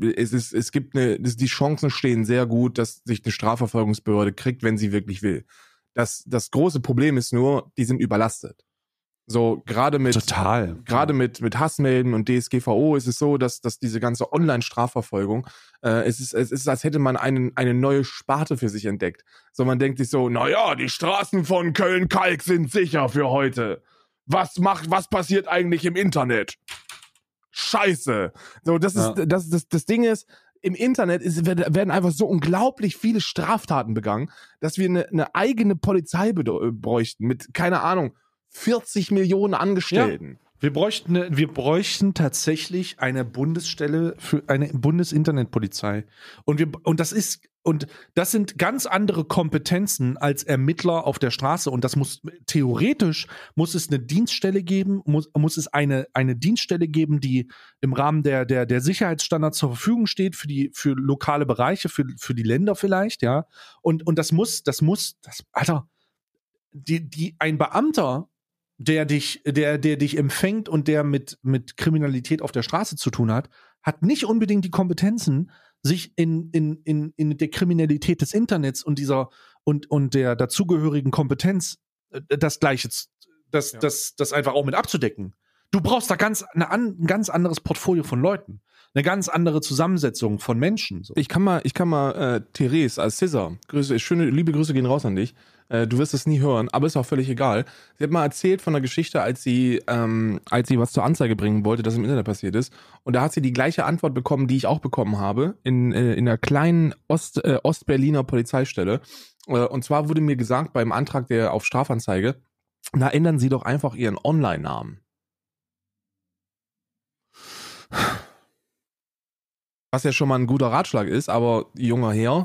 Chancen stehen sehr gut, dass sich eine Strafverfolgungsbehörde kriegt, wenn sie wirklich will. Das große Problem ist nur, die sind überlastet. So, gerade mit Hassmelden und DSGVO ist es so, dass diese ganze Online-Strafverfolgung, es ist, als hätte man eine neue Sparte für sich entdeckt. So, man denkt sich so, naja, die Straßen von Köln-Kalk sind sicher für heute. Was passiert eigentlich im Internet? Scheiße. So, das Ding ist, im Internet werden einfach so unglaublich viele Straftaten begangen, dass wir eine eigene Polizei bräuchten mit, keine Ahnung, 40 Millionen Angestellten. Ja, wir bräuchten tatsächlich eine Bundesstelle für eine Bundesinternetpolizei. Und das sind ganz andere Kompetenzen als Ermittler auf der Straße. Und theoretisch muss es eine Dienststelle geben, muss es eine Dienststelle geben, die im Rahmen der Sicherheitsstandards zur Verfügung steht für lokale Bereiche, für die Länder vielleicht, ja. Und Alter, ein Beamter, der dich empfängt und der mit Kriminalität auf der Straße zu tun hat nicht unbedingt die Kompetenzen, sich in der Kriminalität des Internets und der dazugehörigen Kompetenz das einfach auch mit abzudecken. Du brauchst da ein ganz anderes Portfolio von Leuten, eine ganz andere Zusammensetzung von Menschen. So. Ich kann mal Therese als Scissor, liebe Grüße gehen raus an dich. Du wirst es nie hören, aber ist auch völlig egal. Sie hat mal erzählt von einer Geschichte, als sie was zur Anzeige bringen wollte, das im Internet passiert ist. Und da hat sie die gleiche Antwort bekommen, die ich auch bekommen habe, in einer kleinen Ostberliner Polizeistelle. Und zwar wurde mir gesagt, beim Antrag auf Strafanzeige, Na, ändern Sie doch einfach Ihren Online-Namen. Was ja schon mal ein guter Ratschlag ist, aber junger Herr,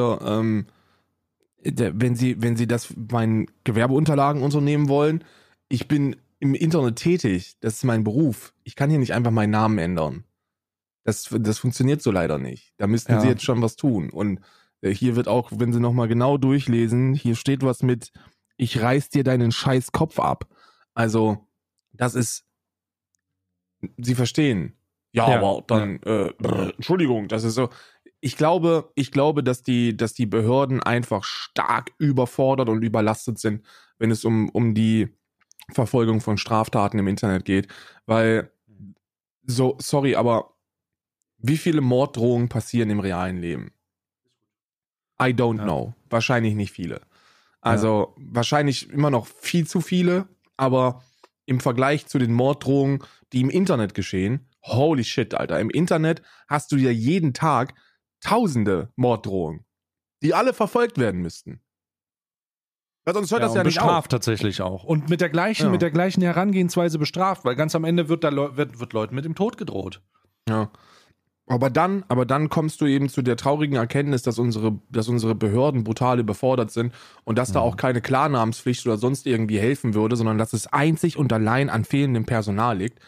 wenn Sie das meinen Gewerbeunterlagen unternehmen wollen, ich bin im Internet tätig, das ist mein Beruf. Ich kann hier nicht einfach meinen Namen ändern. Das funktioniert so leider nicht. Da müssten Sie jetzt schon was tun. Und hier wird auch, wenn Sie nochmal genau durchlesen, hier steht was mit, ich reiß dir deinen scheiß Kopf ab. Also, das ist, Sie verstehen. Ja, aber dann, Entschuldigung, das ist so. Ich glaube, dass die Behörden einfach stark überfordert und überlastet sind, wenn es um die Verfolgung von Straftaten im Internet geht. Weil, sorry, aber wie viele Morddrohungen passieren im realen Leben? I don't know. Wahrscheinlich nicht viele. Also wahrscheinlich immer noch viel zu viele, aber im Vergleich zu den Morddrohungen, die im Internet geschehen, holy shit, Alter. Im Internet hast du ja jeden Tag tausende Morddrohungen, die alle verfolgt werden müssten. Weil sonst hört das ja nicht auf. Bestraft tatsächlich auch. Und mit der gleichen Herangehensweise bestraft, weil ganz am Ende wird Leuten mit dem Tod gedroht. Ja. Aber dann kommst du eben zu der traurigen Erkenntnis, dass unsere Behörden brutal überfordert sind und dass da auch keine Klarnamenspflicht oder sonst irgendwie helfen würde, sondern dass es einzig und allein an fehlendem Personal liegt.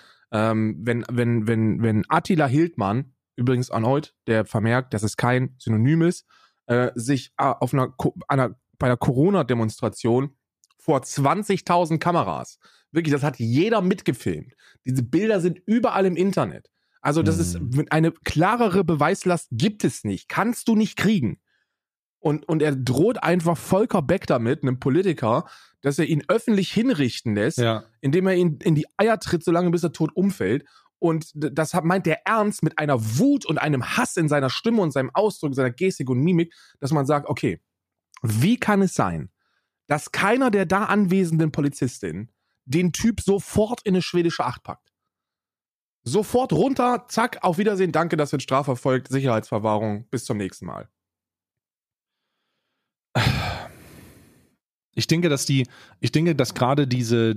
Wenn Attila Hildmann, übrigens erneut, der vermerkt, dass es kein Synonym ist, sich bei einer Corona-Demonstration vor 20.000 Kameras, wirklich, das hat jeder mitgefilmt. Diese Bilder sind überall im Internet. Also das ist eine klarere Beweislast gibt es nicht. Kannst du nicht kriegen. Und er droht einfach Volker Beck damit, einem Politiker, dass er ihn öffentlich hinrichten lässt, indem er ihn in die Eier tritt, solange bis er tot umfällt. Und das meint er ernst mit einer Wut und einem Hass in seiner Stimme und seinem Ausdruck, seiner Gestik und Mimik, dass man sagt, okay, wie kann es sein, dass keiner der da anwesenden Polizistin den Typ sofort in eine schwedische Acht packt? Sofort runter, zack, auf Wiedersehen, danke, das wird strafverfolgt, Sicherheitsverwahrung, bis zum nächsten Mal. Ich denke, dass gerade diese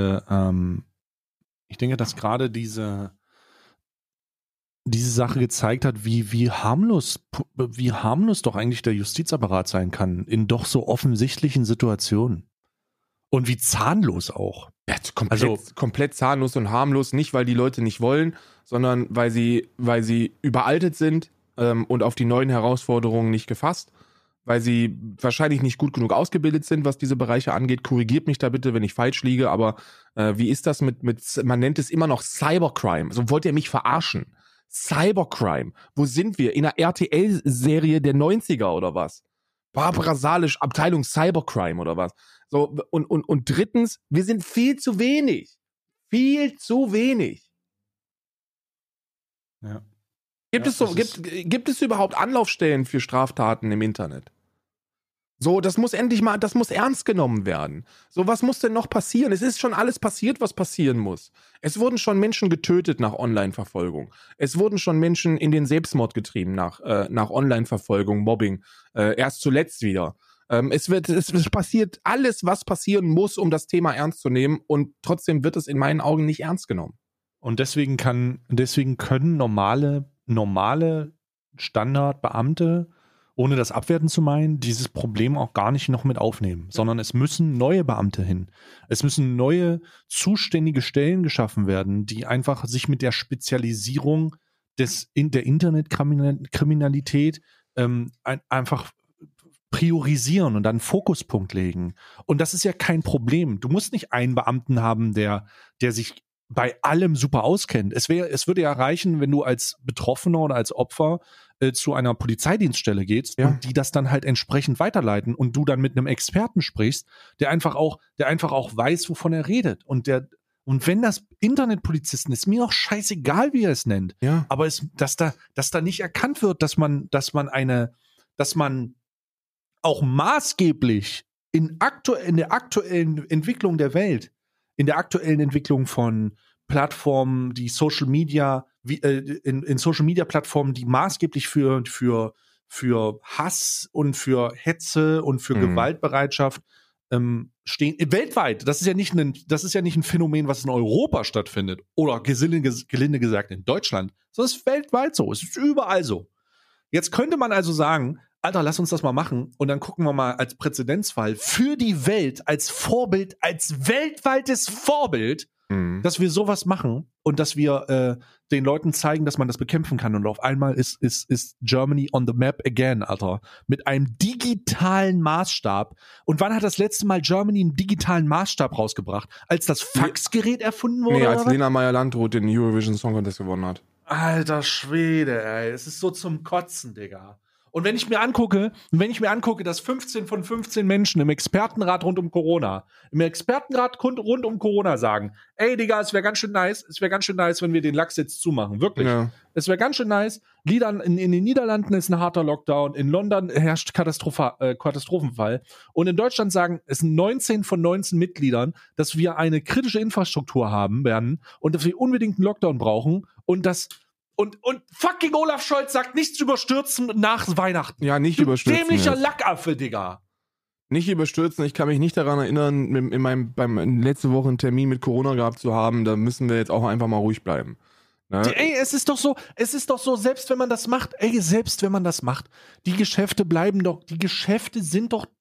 Sache gezeigt hat, wie harmlos doch eigentlich der Justizapparat sein kann in doch so offensichtlichen Situationen. Und wie zahnlos auch. Ja, komplett zahnlos und harmlos, nicht weil die Leute nicht wollen, sondern weil sie überaltet sind und auf die neuen Herausforderungen nicht gefasst, weil sie wahrscheinlich nicht gut genug ausgebildet sind, was diese Bereiche angeht. Korrigiert mich da bitte, wenn ich falsch liege, aber wie ist das mit man nennt es immer noch Cybercrime. Also wollt ihr mich verarschen? Cybercrime. Wo sind wir? In einer RTL-Serie der 90er oder was? Barbara Salisch, Abteilung Cybercrime oder was? So, und drittens, wir sind viel zu wenig. Viel zu wenig. Ja. Gibt es überhaupt Anlaufstellen für Straftaten im Internet? So, das muss ernst genommen werden. So, was muss denn noch passieren? Es ist schon alles passiert, was passieren muss. Es wurden schon Menschen getötet nach Online-Verfolgung. Es wurden schon Menschen in den Selbstmord getrieben nach Online-Verfolgung, Mobbing. Erst zuletzt wieder. Es passiert alles, was passieren muss, um das Thema ernst zu nehmen. Und trotzdem wird es in meinen Augen nicht ernst genommen. Und deswegen können normale Standardbeamte, ohne das abwerten zu meinen, dieses Problem auch gar nicht noch mit aufnehmen, sondern es müssen neue Beamte hin. Es müssen neue zuständige Stellen geschaffen werden, die einfach sich mit der Spezialisierung der Internetkriminalität einfach priorisieren und dann einen Fokuspunkt legen. Und das ist ja kein Problem. Du musst nicht einen Beamten haben, der sich bei allem super auskennt. Es würde ja reichen, wenn du als Betroffener oder als Opfer zu einer Polizeidienststelle gehst und die das dann halt entsprechend weiterleiten und du dann mit einem Experten sprichst, der einfach auch weiß, wovon er redet. Und wenn das Internetpolizisten, ist mir auch scheißegal, wie er es nennt, aber dass da nicht erkannt wird, dass man auch maßgeblich in der aktuellen Entwicklung der Welt, in der aktuellen Entwicklung von Plattformen, die Social Media, in Social Media Plattformen, die maßgeblich für Hass und für Hetze und für Gewaltbereitschaft stehen, weltweit, das ist ja nicht ein Phänomen, was in Europa stattfindet oder gelinde gesagt in Deutschland, sondern es ist weltweit so, es ist überall so. Jetzt könnte man also sagen, Alter, lass uns das mal machen und dann gucken wir mal als Präzedenzfall für die Welt, als Vorbild, als weltweites Vorbild, dass wir sowas machen und dass wir den Leuten zeigen, dass man das bekämpfen kann. Und auf einmal ist Germany on the map again, Alter. Mit einem digitalen Maßstab. Und wann hat das letzte Mal Germany einen digitalen Maßstab rausgebracht? Als das Faxgerät erfunden wurde? Nee, als Lena Meyer-Landrut den Eurovision Song Contest gewonnen hat. Alter Schwede, ey. Es ist so zum Kotzen, Digga. Und wenn ich mir angucke, dass 15 von 15 Menschen im Expertenrat rund um Corona sagen, ey Digga, es wäre ganz schön nice, wenn wir den Lachs jetzt zumachen, wirklich. Ja. Es wäre ganz schön nice. In den Niederlanden ist ein harter Lockdown, in London herrscht Katastrophenfall und in Deutschland sagen es sind 19 von 19 Mitgliedern, dass wir eine kritische Infrastruktur haben werden und dass wir unbedingt einen Lockdown brauchen und dass Und fucking Olaf Scholz sagt nichts überstürzen nach Weihnachten. Ja, nicht überstürzen. Dämlicher Lackaffe, Digga. Nicht überstürzen. Ich kann mich nicht daran erinnern, beim letzte Woche einen Termin mit Corona gehabt zu haben. Da müssen wir jetzt auch einfach mal ruhig bleiben. Ne? Ey, es ist doch so, selbst wenn man das macht, die Geschäfte bleiben doch, die Geschäfte sind doch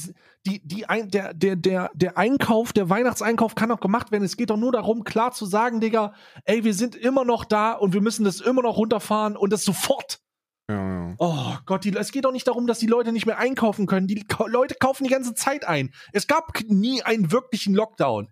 der Einkauf, der Weihnachtseinkauf kann doch gemacht werden. Es geht doch nur darum, klar zu sagen, Digga, ey, wir sind immer noch da und wir müssen das immer noch runterfahren und das sofort. Ja. Oh Gott, es geht doch nicht darum, dass die Leute nicht mehr einkaufen können. Die Leute kaufen die ganze Zeit ein. Es gab nie einen wirklichen Lockdown.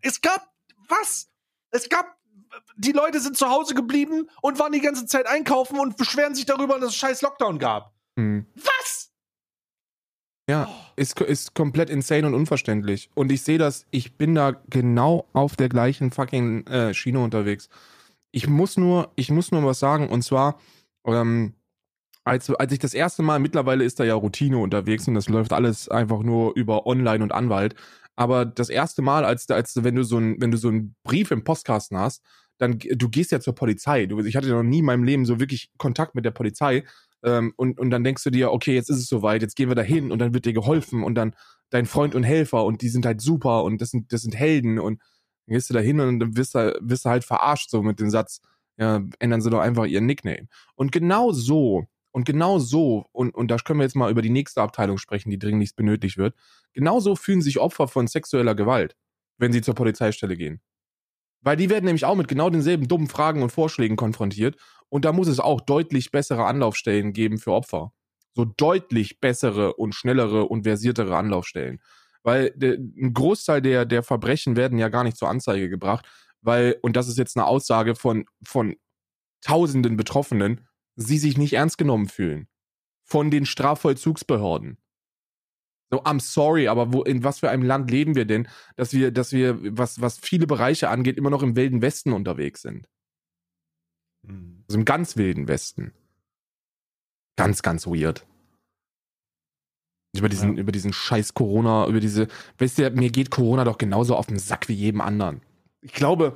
Die Leute sind zu Hause geblieben und waren die ganze Zeit einkaufen und beschweren sich darüber, dass es scheiß Lockdown gab. Was? Ja, ist komplett insane und unverständlich. Und ich sehe das, ich bin da genau auf der gleichen fucking Schiene unterwegs. Ich muss nur was sagen, und zwar, als ich das erste Mal, mittlerweile ist da ja Routine unterwegs und das läuft alles einfach nur über Online und Anwalt, aber das erste Mal, wenn du so einen Brief im Postkasten hast, dann, du gehst ja zur Polizei. Ich hatte noch nie in meinem Leben so wirklich Kontakt mit der Polizei. Und dann denkst du dir, okay, jetzt ist es soweit, jetzt gehen wir da hin und dann wird dir geholfen und dann dein Freund und Helfer und die sind halt super und das sind Helden und dann gehst du da hin und dann wirst du halt verarscht so mit dem Satz, ja, ändern sie doch einfach ihren Nickname. Und genau so, und da können wir jetzt mal über die nächste Abteilung sprechen, die dringlichst benötigt wird, genauso fühlen sich Opfer von sexueller Gewalt, wenn sie zur Polizeistelle gehen. Weil die werden nämlich auch mit genau denselben dummen Fragen und Vorschlägen konfrontiert. Und da muss es auch deutlich bessere Anlaufstellen geben für Opfer. So deutlich bessere und schnellere und versiertere Anlaufstellen. Weil ein Großteil der Verbrechen werden ja gar nicht zur Anzeige gebracht, und das ist jetzt eine Aussage von tausenden Betroffenen, sie sich nicht ernst genommen fühlen. Von den Strafvollzugsbehörden. So, I'm sorry, aber in was für einem Land leben wir denn, dass wir, was viele Bereiche angeht, immer noch im Wilden Westen unterwegs sind? Also im ganz Wilden Westen. Ganz, ganz weird. Über diesen scheiß Corona, weißt du, mir geht Corona doch genauso auf den Sack wie jedem anderen. Ich glaube,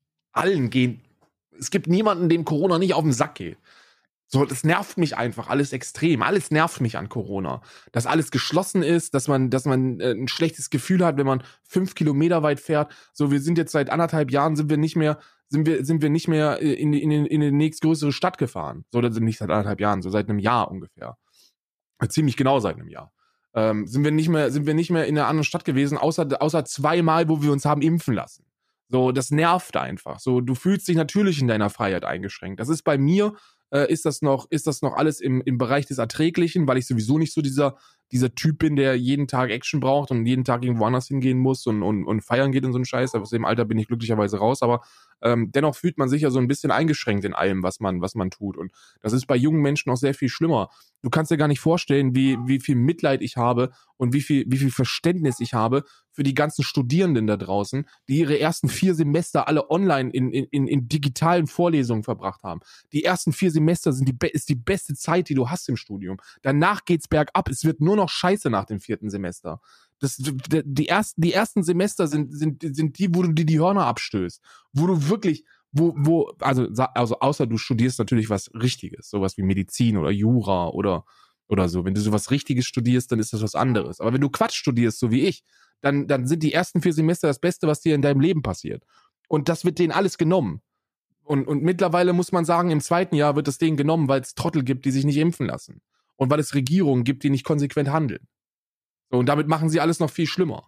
es gibt niemanden, dem Corona nicht auf den Sack geht. So, das nervt mich einfach alles extrem. Alles nervt mich an Corona. Dass alles geschlossen ist, dass man ein schlechtes Gefühl hat, wenn man 5 Kilometer weit fährt. So, wir sind jetzt seit 1,5 Jahren sind wir nicht mehr in die nächstgrößere Stadt gefahren. So, das sind nicht seit 1,5 Jahren, so seit einem Jahr ungefähr. Ziemlich genau seit einem Jahr. Sind wir nicht mehr in einer anderen Stadt gewesen, außer 2-mal, wo wir uns haben impfen lassen. So, das nervt einfach. So, du fühlst dich natürlich in deiner Freiheit eingeschränkt. Das ist bei mir, ist das noch alles im Bereich des Erträglichen, weil ich sowieso nicht so dieser Typ bin, der jeden Tag Action braucht und jeden Tag irgendwo anders hingehen muss und feiern geht und so ein Scheiß. Aus dem Alter bin ich glücklicherweise raus, aber dennoch fühlt man sich ja so ein bisschen eingeschränkt in allem, was man tut. Und das ist bei jungen Menschen noch sehr viel schlimmer. Du kannst dir gar nicht vorstellen, wie viel Mitleid ich habe und wie viel Verständnis ich habe für die ganzen Studierenden da draußen, die ihre ersten 4 Semester alle online in digitalen Vorlesungen verbracht haben. Die ersten 4 Semester ist die beste Zeit, die du hast im Studium. Danach geht's bergab. Es wird nur noch scheiße nach dem 4. Semester. Die ersten Semester sind die, wo du dir die Hörner abstößt. Wo du wirklich, also außer du studierst natürlich was Richtiges, sowas wie Medizin oder Jura oder oder so. Wenn du sowas Richtiges studierst, dann ist das was anderes. Aber wenn du Quatsch studierst, so wie ich, dann sind die ersten 4 Semester das Beste, was dir in deinem Leben passiert. Und das wird denen alles genommen. Und mittlerweile muss man sagen, im 2. Jahr wird es denen genommen, weil es Trottel gibt, die sich nicht impfen lassen. Und weil es Regierungen gibt, die nicht konsequent handeln. So, und damit machen sie alles noch viel schlimmer.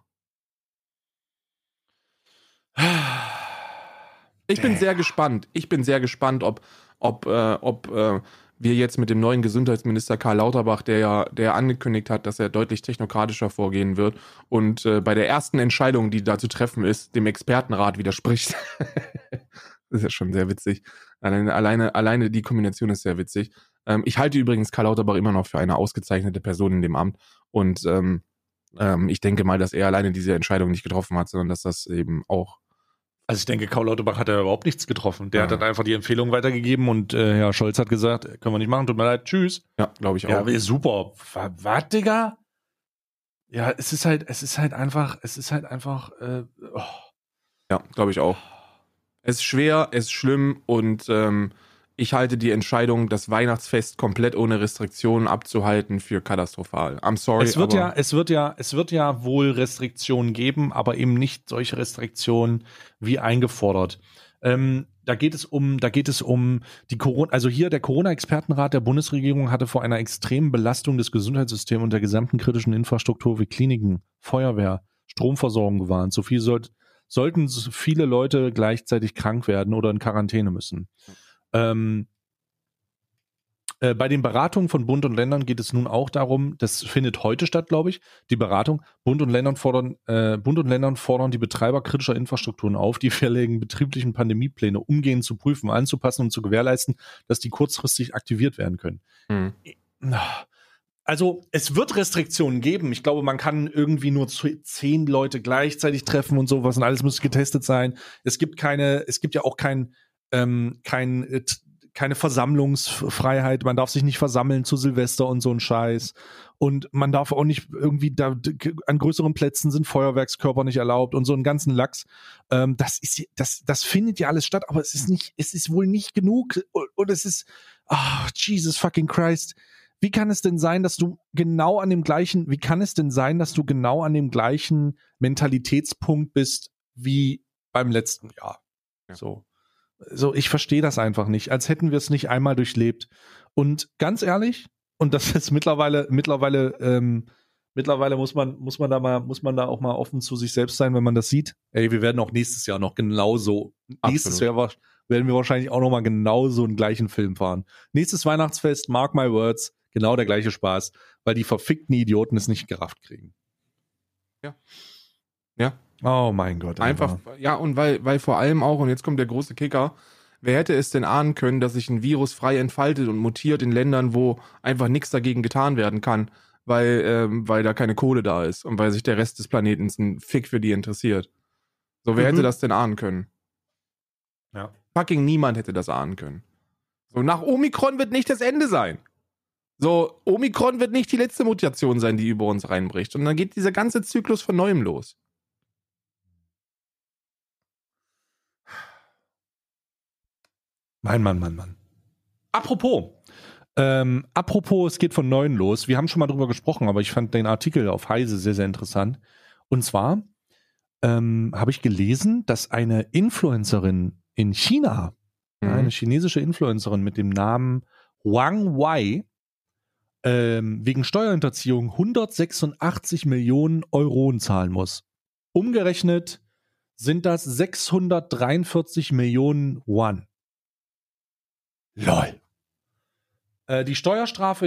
Ich bin sehr gespannt. Ob wir jetzt mit dem neuen Gesundheitsminister Karl Lauterbach, der angekündigt hat, dass er deutlich technokratischer vorgehen wird und bei der ersten Entscheidung, die da zu treffen ist, dem Expertenrat widerspricht. Das ist ja schon sehr witzig. Alleine die Kombination ist sehr witzig. Ich halte übrigens Karl Lauterbach immer noch für eine ausgezeichnete Person in dem Amt und ich denke mal, dass er alleine diese Entscheidung nicht getroffen hat, sondern dass das eben auch. Also ich denke, Karl Lauterbach hat ja überhaupt nichts getroffen. Der hat dann einfach die Empfehlung weitergegeben und Herr Scholz hat gesagt, können wir nicht machen, tut mir leid, tschüss. Ja, glaube ich auch. Ja, super. Was, Digga? Ja, es ist halt einfach, oh. Ja, glaube ich auch. Es ist schwer, es ist schlimm und ich halte die Entscheidung, das Weihnachtsfest komplett ohne Restriktionen abzuhalten, für katastrophal. I'm sorry. Es wird ja wohl Restriktionen geben, aber eben nicht solche Restriktionen wie eingefordert. Da geht es um die Corona, also hier der Corona-Expertenrat der Bundesregierung hatte vor einer extremen Belastung des Gesundheitssystems und der gesamten kritischen Infrastruktur wie Kliniken, Feuerwehr, Stromversorgung gewarnt. Sollten viele Leute gleichzeitig krank werden oder in Quarantäne müssen. Bei den Beratungen von Bund und Ländern geht es nun auch darum, das findet heute statt, glaube ich, die Beratung. Bund und Ländern fordern die Betreiber kritischer Infrastrukturen auf, die fälligen betrieblichen Pandemiepläne umgehend zu prüfen, anzupassen und zu gewährleisten, dass die kurzfristig aktiviert werden können. Also es wird Restriktionen geben. Ich glaube, man kann irgendwie nur 10 Leute gleichzeitig treffen und sowas und alles muss getestet sein. Es gibt ja auch keine Versammlungsfreiheit, man darf sich nicht versammeln zu Silvester und so ein Scheiß und man darf auch nicht irgendwie an größeren Plätzen sind Feuerwerkskörper nicht erlaubt und so einen ganzen Lachs. Das findet ja alles statt, aber es ist wohl nicht genug und es ist, Jesus fucking Christ. Wie kann es denn sein, dass du genau an dem gleichen Mentalitätspunkt bist wie beim letzten Jahr? Ja. So, ich verstehe das einfach nicht, als hätten wir es nicht einmal durchlebt. Und ganz ehrlich, und das ist mittlerweile muss man da auch mal offen zu sich selbst sein, wenn man das sieht. Ey, wir werden auch nächstes Jahr noch genauso. Absolut. Nächstes Jahr werden wir wahrscheinlich auch noch mal genauso einen gleichen Film fahren. Nächstes Weihnachtsfest, mark my words, genau der gleiche Spaß, weil die verfickten Idioten es nicht gerafft kriegen. Ja. Ja. Oh mein Gott. Einfach, ja, und weil vor allem auch, und jetzt kommt der große Kicker, wer hätte es denn ahnen können, dass sich ein Virus frei entfaltet und mutiert in Ländern, wo einfach nichts dagegen getan werden kann, weil da keine Kohle da ist und weil sich der Rest des Planeten einen Fick für die interessiert. So, wer hätte das denn ahnen können? Ja. Fucking niemand hätte das ahnen können. So, nach Omikron wird nicht das Ende sein. So, Omikron wird nicht die letzte Mutation sein, die über uns reinbricht. Und dann geht dieser ganze Zyklus von Neuem los. Mann. Apropos, es geht von Neuem los. Wir haben schon mal drüber gesprochen, aber ich fand den Artikel auf Heise sehr, sehr interessant. Und zwar habe ich gelesen, dass eine Influencerin in China, eine chinesische Influencerin mit dem Namen Wang Wei, wegen Steuerhinterziehung 186 Millionen Euro zahlen muss. Umgerechnet sind das 643 Millionen Yuan. LOL. Die Steuerstrafe,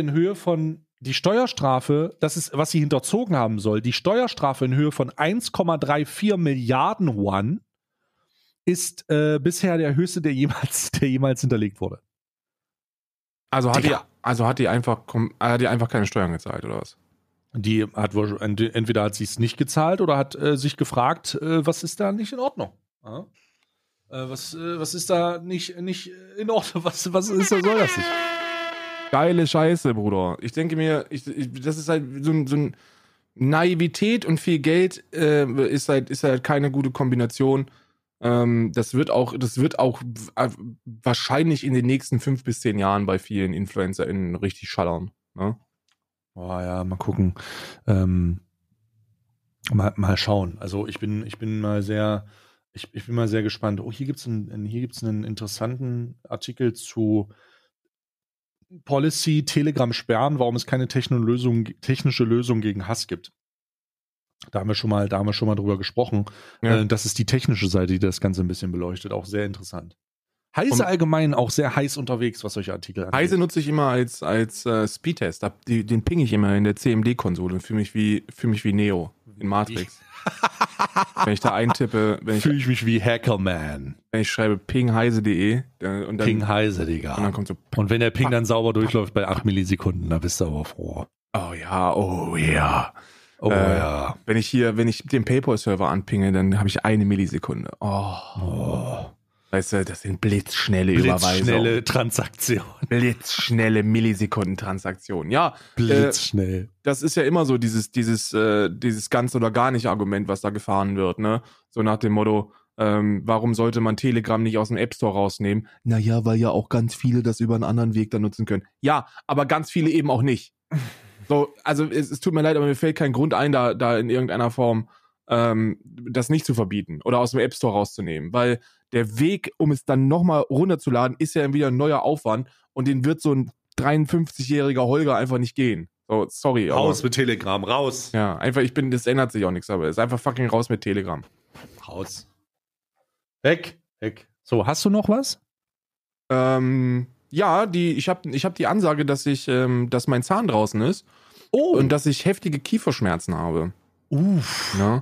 das ist, was sie hinterzogen haben soll, die Steuerstrafe in Höhe von 1,34 Milliarden Yuan ist bisher der höchste, der jemals hinterlegt wurde. Also hat die einfach keine Steuern gezahlt, oder was? Die hat wohl, entweder hat sie es nicht gezahlt oder hat sich gefragt, was ist da nicht in Ordnung? Ja? Was ist da nicht in Ordnung? Was soll das nicht? Geile Scheiße, Bruder. Ich denke mir, das ist halt so ein Naivität und viel Geld ist halt keine gute Kombination. Das wird auch wahrscheinlich in den nächsten 5 bis 10 Jahren bei vielen InfluencerInnen richtig schallern. Ne? Oh ja, mal gucken. Mal schauen. Also ich bin mal sehr, ich bin mal sehr gespannt. Oh, hier gibt's einen interessanten Artikel zu Policy Telegram sperren, warum es keine technische Lösung gegen Hass gibt. Da haben wir schon mal drüber gesprochen. Ja. Das ist die technische Seite, die das Ganze ein bisschen beleuchtet. Auch sehr interessant. Heise Und- allgemein auch sehr heiß unterwegs, was solche Artikel angeht. Heise nutze ich immer als Speedtest. Den ping ich immer in der CMD-Konsole und fühle mich wie Neo in Matrix. Wenn ich da eintippe, Fühle ich mich wie Hackerman. wenn ich schreibe pingheise.de und dann, Ping Heise, Digga. und dann kommt so, Und wenn der Ping dann sauber durchläuft bei 8 Millisekunden, da bist du aber froh. oh ja, oh ja. Oh ja. Wenn ich den PayPal-Server anpinge, dann habe ich 1 Millisekunde. Oh. Weißt du, das sind blitzschnelle Überweisungen. Blitzschnelle Transaktion. Blitzschnelle Millisekundentransakstionen. Ja, Blitzschnell. das ist ja immer so dieses ganz oder gar nicht Argument, was da gefahren wird, ne? So nach dem Motto, warum sollte man Telegram nicht aus dem App Store rausnehmen? Naja, weil ja auch ganz viele das über einen anderen Weg dann nutzen können. Ja, aber ganz viele eben auch nicht. So, also es tut mir leid, aber mir fällt kein Grund ein, da in irgendeiner Form das nicht zu verbieten oder aus dem App Store rauszunehmen, weil der Weg, um es dann nochmal runterzuladen, ist ja wieder ein neuer Aufwand und den wird so ein 53-jähriger Holger einfach nicht gehen. So, sorry. Raus mit Telegram, raus. Ja, einfach, das ändert sich auch nichts, aber es ist einfach fucking raus mit Telegram. Raus. Weg. So, hast du noch was? Ja, ich hab die Ansage, dass mein Zahn draußen ist und dass ich heftige Kieferschmerzen habe. Uff. Ja.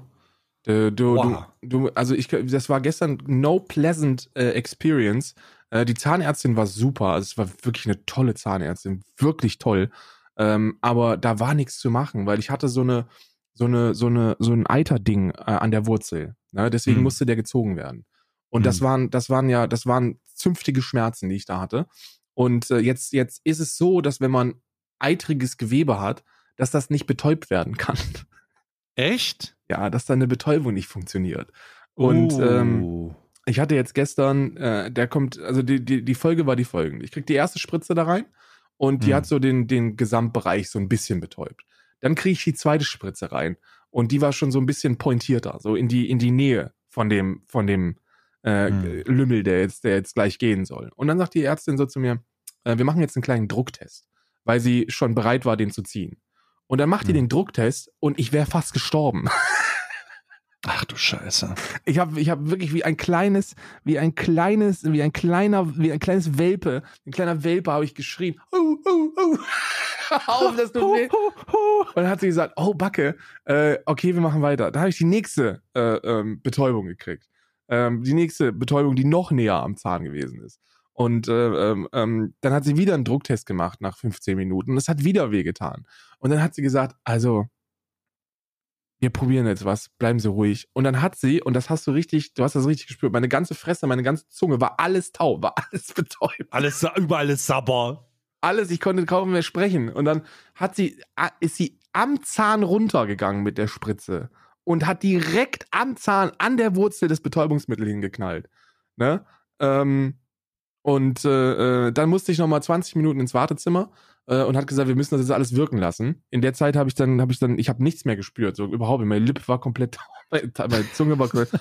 Das war gestern no pleasant experience. Die Zahnärztin war super, also es war wirklich eine tolle Zahnärztin, wirklich toll. Aber da war nichts zu machen, weil ich hatte so ein Eiterding an der Wurzel. Ne? Deswegen musste der gezogen werden. Und das waren zünftige Schmerzen, die ich da hatte. Und jetzt ist es so, dass wenn man eitriges Gewebe hat, dass das nicht betäubt werden kann. Echt? Ja, dass da eine Betäubung nicht funktioniert. Und ich hatte jetzt gestern, die Folge war die folgende. Ich krieg die erste Spritze da rein und die hat so den Gesamtbereich so ein bisschen betäubt. Dann kriege ich die zweite Spritze rein und die war schon so ein bisschen pointierter, so in die Nähe von dem Lümmel, der jetzt gleich gehen soll. Und dann sagt die Ärztin so zu mir, wir machen jetzt einen kleinen Drucktest, weil sie schon bereit war, den zu ziehen. Und dann macht die den Drucktest und ich wäre fast gestorben. Ach du Scheiße. Ich hab wirklich wie ein kleiner Welpe habe ich geschrien. Auf, das tut weh. Und dann hat sie gesagt, oh Backe, okay, wir machen weiter. Da habe ich die nächste Betäubung gekriegt. Die nächste Betäubung, die noch näher am Zahn gewesen ist. Und dann hat sie wieder einen Drucktest gemacht nach 15 Minuten. Und es hat wieder wehgetan. Und dann hat sie gesagt, also, wir probieren jetzt was, bleiben Sie ruhig. Und dann hat sie, und du hast das richtig gespürt, meine ganze Fresse, meine ganze Zunge war alles taub, war alles betäubt. Überall ist Sabber. Alles, ich konnte kaum mehr sprechen. Und dann ist sie am Zahn runtergegangen mit der Spritze und hat direkt am Zahn an der Wurzel das Betäubungsmittel hingeknallt. Ne? Dann musste ich nochmal 20 Minuten ins Wartezimmer und hat gesagt, wir müssen das jetzt alles wirken lassen. In der Zeit habe ich habe nichts mehr gespürt, so überhaupt. Meine Lippe war komplett, meine Zunge war komplett.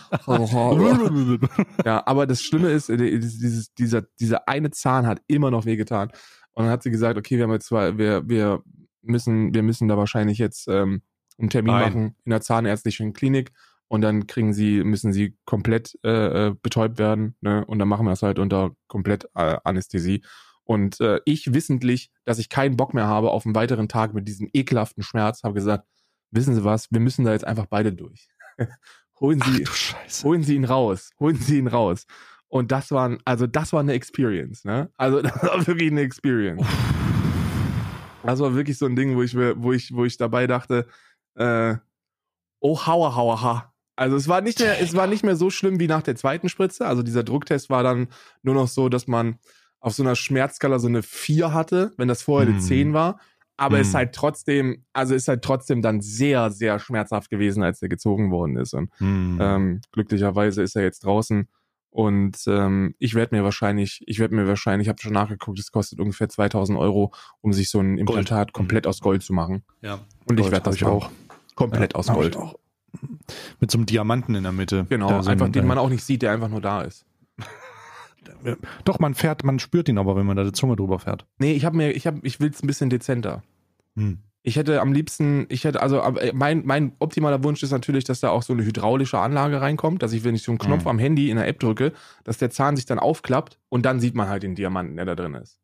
Ja, aber das Schlimme ist, dieser eine Zahn hat immer noch wehgetan. Und dann hat sie gesagt, okay, wir müssen da wahrscheinlich jetzt einen Termin machen in der zahnärztlichen Klinik. Und dann müssen sie komplett betäubt werden, ne? Und dann machen wir das halt unter komplett Anästhesie. Und ich wissentlich, dass ich keinen Bock mehr habe auf einen weiteren Tag mit diesem ekelhaften Schmerz, habe gesagt, wissen Sie was, wir müssen da jetzt einfach beide durch. Holen Sie ihn raus. Und das war eine Experience, ne? Also das war wirklich eine Experience. Das war wirklich so ein Ding, wo ich dabei dachte, oh, hauer. Also es war nicht mehr so schlimm wie nach der zweiten Spritze. Also dieser Drucktest war dann nur noch so, dass man auf so einer Schmerzskala so eine 4 hatte, wenn das vorher eine 10 war. Aber ist halt trotzdem dann sehr, sehr schmerzhaft gewesen, als der gezogen worden ist. Und glücklicherweise ist er jetzt draußen. Und ich werde mir wahrscheinlich, ich habe schon nachgeguckt, es kostet ungefähr 2.000 €, um sich so ein Implantat komplett aus Gold zu machen. Ja. Und ich Gold werde das hab ich auch komplett aus Gold. Auch. Mit so einem Diamanten in der Mitte. Genau, Da so einfach ein, den man auch nicht sieht, der einfach nur da ist. Doch, man spürt ihn aber, wenn man da die Zunge drüber fährt. Nee, ich will es ein bisschen dezenter. Ich hätte am liebsten, mein optimaler Wunsch ist natürlich, dass da auch so eine hydraulische Anlage reinkommt, dass ich, wenn ich so einen Knopf am Handy in der App drücke, dass der Zahn sich dann aufklappt und dann sieht man halt den Diamanten, der da drin ist.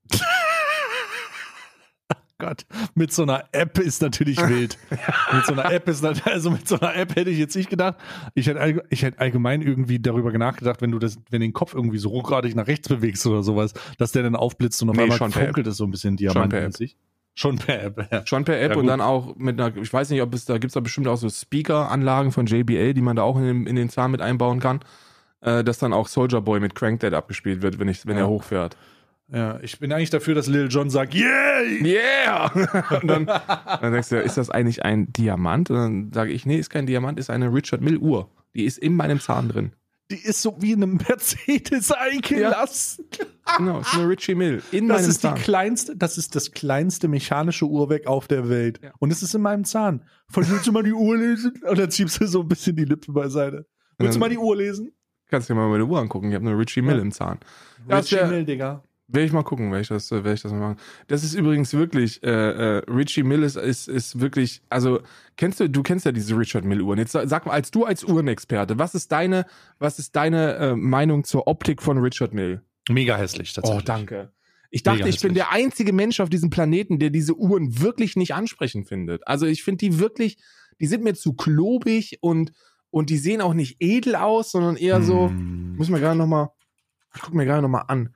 Gott, mit so einer App ist natürlich wild. Mit so einer App hätte ich jetzt nicht gedacht. Ich hätte allgemein irgendwie darüber nachgedacht, wenn den Kopf irgendwie so ruckartig nach rechts bewegst oder sowas, dass der dann aufblitzt und auf einmal funkelt es so ein bisschen diamantenmäßig. Schon per App. Ja. Schon per App, ja, und dann auch mit einer, ich weiß nicht, gibt es da bestimmt auch so Speaker-Anlagen von JBL, die man da auch in den Zahn mit einbauen kann, dass dann auch Soulja Boy mit Crank That abgespielt wird, wenn er hochfährt. Ja, ich bin eigentlich dafür, dass Lil Jon sagt, yeah! Yeah! Und dann denkst du, ist das eigentlich ein Diamant? Und dann sage ich, nee, ist kein Diamant, ist eine Richard Mille Uhr. Die ist in meinem Zahn drin. Die ist so wie in einem Mercedes eingelassen. Ja. Genau, ist eine Richie Mille in meinem Zahn. Das ist das kleinste mechanische Uhrwerk auf der Welt. Ja. Und es ist in meinem Zahn. Willst du mal die Uhr lesen? Und dann ziehst du so ein bisschen die Lippe beiseite. Willst du mal die Uhr lesen? Kannst du dir mal meine Uhr angucken. Ich habe eine Richie Mille im Zahn. Richie Mille, Digga. Werde ich mal gucken, werde ich das mal machen. Das ist übrigens wirklich, Richie Mille ist wirklich, also du kennst ja diese Richard Mille Uhren. Jetzt sag mal, als Uhrenexperte, was ist deine Meinung zur Optik von Richard Mille? Mega hässlich, tatsächlich. Oh, danke. Ich dachte, ich bin der einzige Mensch auf diesem Planeten, der diese Uhren wirklich nicht ansprechend findet. Also ich finde die sind mir zu klobig und die sehen auch nicht edel aus, sondern eher so, ich guck mir gerade nochmal an.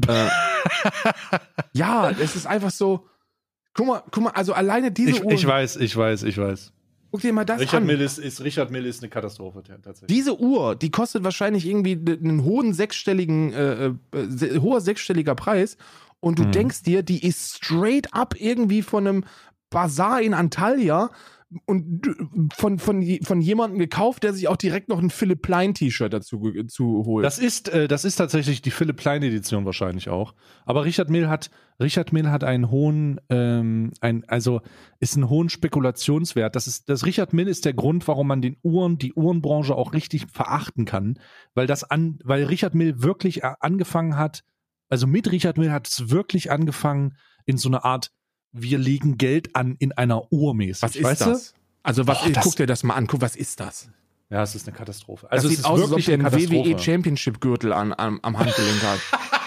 Ja, es ist einfach so. Guck mal, also alleine diese Uhr. Ich weiß. Guck dir mal das Richard an. Richard Mille ist eine Katastrophe, tatsächlich. Diese Uhr, die kostet wahrscheinlich irgendwie einen hoher sechsstelliger Preis und du denkst dir, die ist straight up irgendwie von einem Bazar in Antalya und von jemandem gekauft, der sich auch direkt noch ein Philipp Plein T-Shirt dazu holt. Das ist tatsächlich die Philipp Plein Edition wahrscheinlich auch. Aber Richard Mille hat einen hohen, ist einen hohen Spekulationswert. Das Richard Mille ist der Grund, warum man die Uhrenbranche auch richtig verachten kann, weil Richard Mille wirklich angefangen hat. Also mit Richard Mille hat es wirklich angefangen in so eine Art, wir legen Geld an in einer Uhr mäßig. Was ist das? Also guck dir das mal an. Guck, was ist das? Ja, es ist eine Katastrophe. Also das es sieht ist aus, als ob wirklich der eine einen Katastrophe. WWE Championship Gürtel am Handgelenk hat.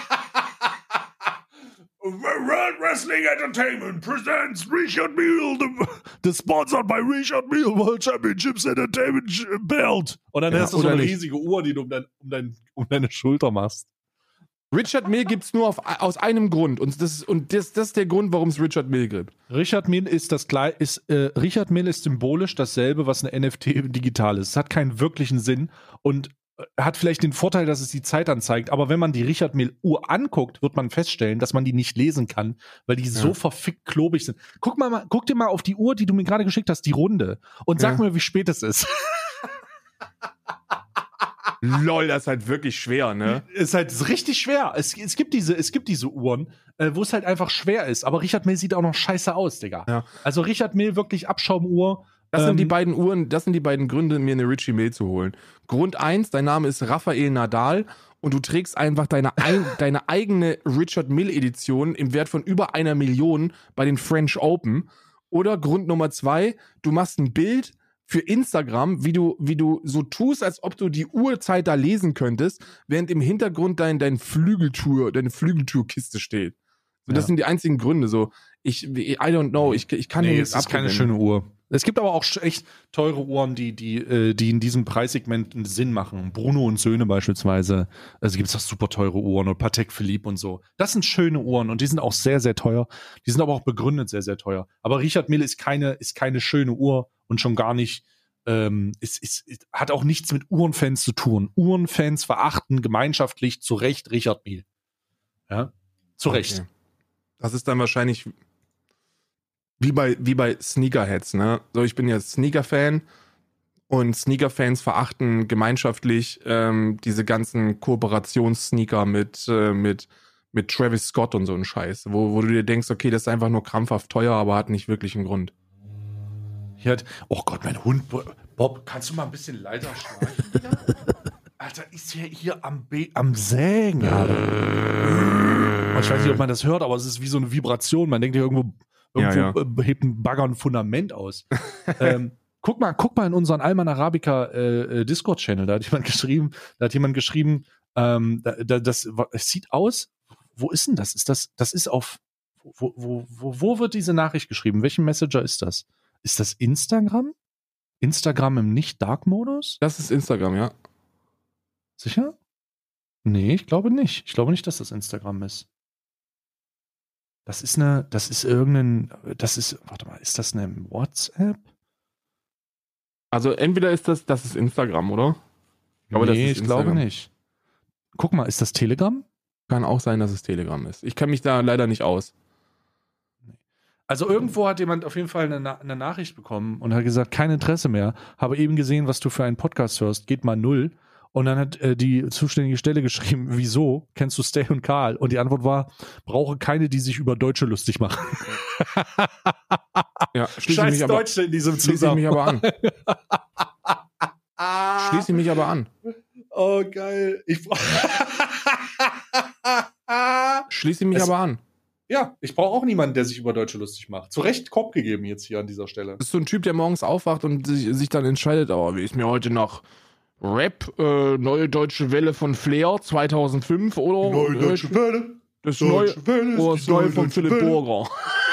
World Wrestling Entertainment presents Richard Mille, the sponsored by Richard Mille World Championships Entertainment Belt. Und dann hast du so eine riesige Uhr, die du um deine Schulter machst. Richard Mille gibt's nur aus einem Grund und das ist der Grund, warum es Richard Mille gibt. Richard Mille Richard Mille ist symbolisch dasselbe, was eine NFT digital ist. Es hat keinen wirklichen Sinn und hat vielleicht den Vorteil, dass es die Zeit anzeigt, aber wenn man die Richard Mille Uhr anguckt, wird man feststellen, dass man die nicht lesen kann, weil die so verfickt klobig sind. Guck dir mal auf die Uhr, die du mir gerade geschickt hast, die Runde, und sag mir, wie spät es ist. Lol, das ist halt wirklich schwer, ne? Ist halt richtig schwer. Es gibt diese Uhren, wo es halt einfach schwer ist. Aber Richard Mille sieht auch noch scheiße aus, Digga. Ja. Also Richard Mille wirklich Abschaumuhr. Das sind die beiden Uhren, das sind die beiden Gründe, mir eine Richie Mille zu holen. Grund 1, dein Name ist Rafael Nadal und du trägst einfach deine eigene Richard Mille Edition im Wert von über 1 Million bei den French Open. Oder Grund Nummer 2, du machst ein Bild für Instagram, wie du so tust, als ob du die Uhrzeit da lesen könntest, während im Hintergrund deine Flügeltürkiste steht. So, das sind die einzigen Gründe. So, I don't know, ich kann es ist keine schöne Uhr. Es gibt aber auch echt teure Uhren, die in diesem Preissegment einen Sinn machen. Bruno und Söhne beispielsweise. Also gibt es auch super teure Uhren und Patek Philippe und so. Das sind schöne Uhren und die sind auch sehr, sehr teuer. Die sind aber auch begründet sehr, sehr teuer. Aber Richard Mille ist keine schöne Uhr und schon gar nicht, hat auch nichts mit Uhrenfans zu tun. Uhrenfans verachten gemeinschaftlich zu Recht Richard Mille. Ja, zu Recht. Okay. Das ist dann wahrscheinlich wie bei Sneakerheads, ne? So, ich bin ja Sneaker-Fan. Und Sneaker-Fans verachten gemeinschaftlich diese ganzen Kooperations-Sneaker mit Travis Scott und so ein Scheiß, wo du dir denkst, okay, das ist einfach nur krampfhaft teuer, aber hat nicht wirklich einen Grund. Oh Gott, mein Hund. Bob, kannst du mal ein bisschen leiser schnarchen wieder? Alter, ist ja hier am Sägen. Ich weiß nicht, ob man das hört, aber es ist wie so eine Vibration. Man denkt ja irgendwo hebt ein Bagger ein Fundament aus. Guck mal in unseren Alman Arabica Discord-Channel. Da hat jemand geschrieben, das sieht aus. Wo ist denn das? Das ist auf. Wo wird diese Nachricht geschrieben? Welchen Messenger ist das? Ist das Instagram? Instagram im Nicht-Dark-Modus? Das ist Instagram, ja. Sicher? Nee, ich glaube nicht. Ich glaube nicht, dass das Instagram ist. Warte mal, ist das eine WhatsApp? Also entweder ist das ist Instagram, oder? Ich glaube nicht. Guck mal, ist das Telegram? Kann auch sein, dass es Telegram ist. Ich kenne mich da leider nicht aus. Also irgendwo hat jemand auf jeden Fall eine Nachricht bekommen und hat gesagt, kein Interesse mehr. Habe eben gesehen, was du für einen Podcast hörst. Geht mal 0. Und dann hat die zuständige Stelle geschrieben, wieso? Kennst du Stay und Karl? Und die Antwort war, brauche keine, die sich über Deutsche lustig machen. Ja, Scheiß Deutsche in diesem Zusammenhang. Schließe ich mich aber an. Oh, geil. Schließe mich aber an. Ja, ich brauche auch niemanden, der sich über Deutsche lustig macht. Zu Recht Kopf gegeben jetzt hier an dieser Stelle. Das ist so ein Typ, der morgens aufwacht und sich dann entscheidet, wie ist mir heute noch Rap, Neue Deutsche Welle von Flair 2005 oder Neue Deutsche Welle. Das Neue von Philipp Burger.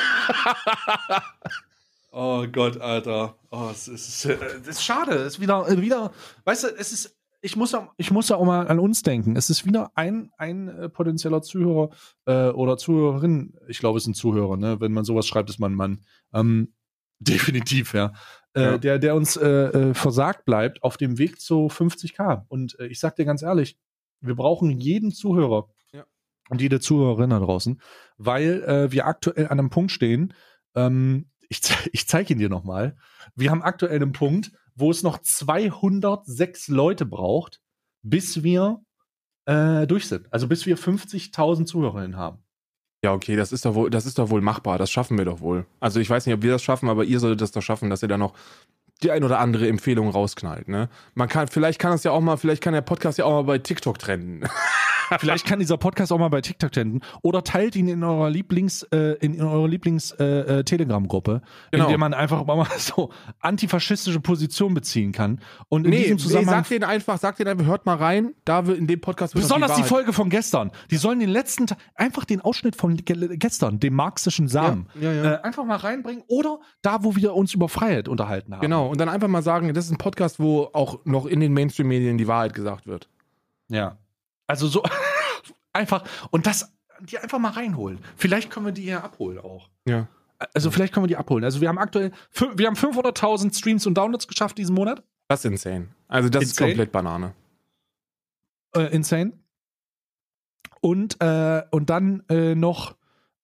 Oh Gott, Alter. Oh, es ist schade. Es ist wieder, weißt du, ich muss ja auch mal an uns denken. Es ist wieder ein potenzieller Zuhörer oder Zuhörerin. Ich glaube, es sind Zuhörer, ne? Wenn man sowas schreibt, ist man ein Mann. Definitiv, ja. Der uns versagt bleibt auf dem Weg zu 50.000. Und ich sag dir ganz ehrlich, wir brauchen jeden Zuhörer und jede Zuhörerin da draußen, weil wir aktuell an einem Punkt stehen. Ich zeige ihn dir nochmal. Wir haben aktuell einen Punkt, wo es noch 206 Leute braucht, bis wir durch sind. Also bis wir 50.000 Zuhörerinnen haben. Ja, okay, das ist doch wohl machbar. Das schaffen wir doch wohl. Also ich weiß nicht, ob wir das schaffen, aber ihr solltet das doch schaffen, dass ihr da noch die ein oder andere Empfehlung rausknallt, ne? Vielleicht kann der Podcast ja auch mal bei TikTok trenden. Vielleicht kann dieser Podcast auch mal bei TikTok trenden. Oder teilt ihn in eurer Lieblings-Telegram-Gruppe, in der man einfach mal so antifaschistische Position beziehen kann. Und in diesem Zusammenhang. Sagt denen einfach, hört mal rein, in dem Podcast wird besonders die Folge von gestern. Die sollen einfach den Ausschnitt von gestern, dem marxischen Samen, einfach mal reinbringen. Oder da, wo wir uns über Freiheit unterhalten haben. Genau, und dann einfach mal sagen, das ist ein Podcast, wo auch noch in den Mainstream-Medien die Wahrheit gesagt wird. Ja. Also so einfach, und die einfach mal reinholen. Vielleicht können wir die hier abholen auch. Ja. Also vielleicht können wir die abholen. Also wir haben aktuell, 500.000 Streams und Downloads geschafft diesen Monat. Das ist insane. Also das ist komplett Banane. Insane. Und dann noch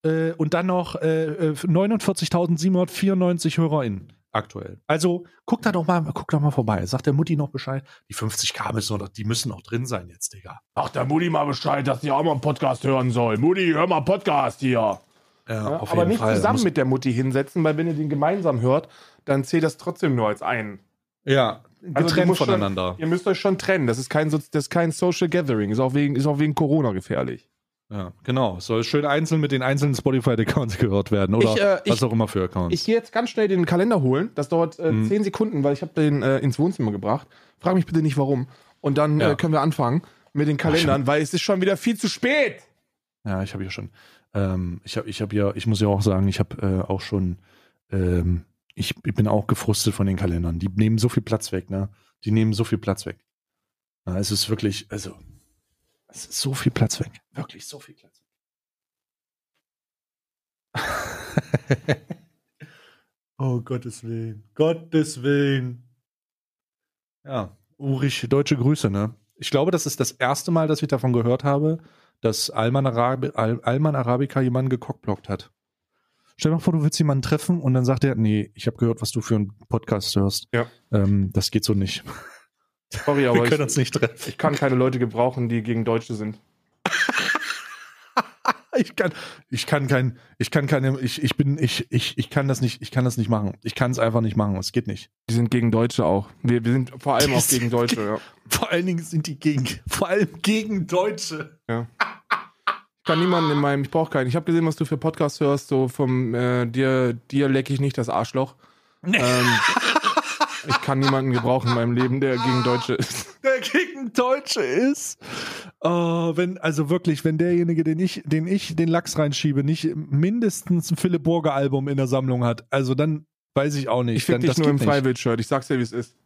49.794 HörerInnen. Aktuell. Also guck doch mal vorbei. Sagt der Mutti noch Bescheid? Die 50.000 die müssen noch drin sein jetzt, Digga. Ach, der Mutti mal Bescheid, dass die auch mal einen Podcast hören soll. Mutti, hör mal Podcast hier. Ja, auf aber jeden nicht Fall. Zusammen mit der Mutti hinsetzen, weil wenn ihr den gemeinsam hört, dann zählt das trotzdem nur als einen. Ja, getrennt voneinander. Ihr müsst euch schon trennen. Das ist kein Social Gathering. Ist auch wegen Corona gefährlich. Ja, genau. Es soll schön einzeln mit den einzelnen Spotify-Accounts gehört werden oder was auch immer für Accounts. Ich gehe jetzt ganz schnell den Kalender holen. Das dauert 10 Sekunden, weil ich habe den ins Wohnzimmer gebracht. Frag mich bitte nicht, warum. Und dann können wir anfangen mit den Kalendern, weil es ist schon wieder viel zu spät. Ja, ich habe ja schon. Ich muss ja auch sagen, ich habe auch schon. Ich bin auch gefrustet von den Kalendern. Die nehmen so viel Platz weg, ne? Die nehmen so viel Platz weg. Ja, es ist wirklich, es ist so viel Platz weg. Wirklich so viel Platz weg. Oh, Gottes Willen. Gottes Willen. Ja, Ulrich, deutsche Grüße, ne? Ich glaube, das ist das erste Mal, dass ich davon gehört habe, dass Alman Arabica jemanden gecockblockt hat. Stell dir mal vor, du willst jemanden treffen und dann sagt er, nee, ich habe gehört, was du für einen Podcast hörst. Ja. Das geht so nicht. Sorry, aber Wir können uns nicht treffen. ich kann keine Leute gebrauchen, die gegen Deutsche sind. Ich kann das nicht machen. Ich kann es einfach nicht machen. Es geht nicht. Die sind gegen Deutsche auch. Wir sind vor allem auch gegen Deutsche, ja. Vor allen Dingen sind die vor allem gegen Deutsche. Ja. Ich kann niemanden ich brauche keinen. Ich habe gesehen, was du für Podcasts hörst, so vom dir lecke ich nicht das Arschloch. Ich kann niemanden gebrauchen in meinem Leben, der gegen Deutsche ist. Der gegen Deutsche ist. Wenn derjenige, den ich den Lachs reinschiebe, nicht mindestens ein Philipp Burger Album in der Sammlung hat, also dann weiß ich auch nicht. Ich find dich nur im Freiwild-Shirt. Ich sag's dir, wie es ist.